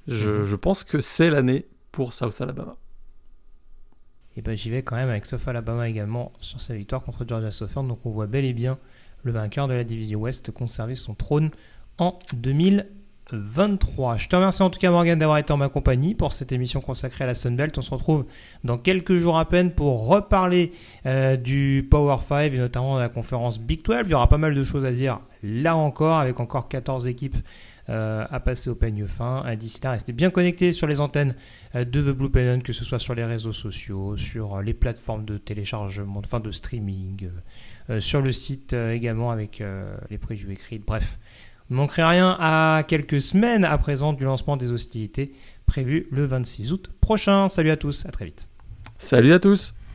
Speaker 3: Je,
Speaker 2: Mhm.
Speaker 3: je pense que c'est l'année pour South Alabama.
Speaker 2: Et ben j'y vais quand même avec South Alabama également sur sa victoire contre Georgia Southern. Donc on voit bel et bien le vainqueur de la division Ouest conserver son trône en deux mille vingt-trois. Je te remercie en tout cas Morgan d'avoir été en ma compagnie pour cette émission consacrée à la Sun Belt. On se retrouve dans quelques jours à peine pour reparler euh, du Power cinq et notamment de la conférence Big douze. Il y aura pas mal de choses à dire là encore, avec encore quatorze équipes euh, à passer au peigne fin. Euh, d'ici là, restez bien connectés sur les antennes euh, de The Blue Pennon, que ce soit sur les réseaux sociaux, sur euh, les plateformes de téléchargement, enfin de streaming, euh, euh, sur le site euh, également avec euh, les previews écrites. Bref, vous ne manquerez rien à quelques semaines à présent du lancement des hostilités prévues le vingt-six août prochain. Salut à tous, à très vite.
Speaker 3: Salut à tous!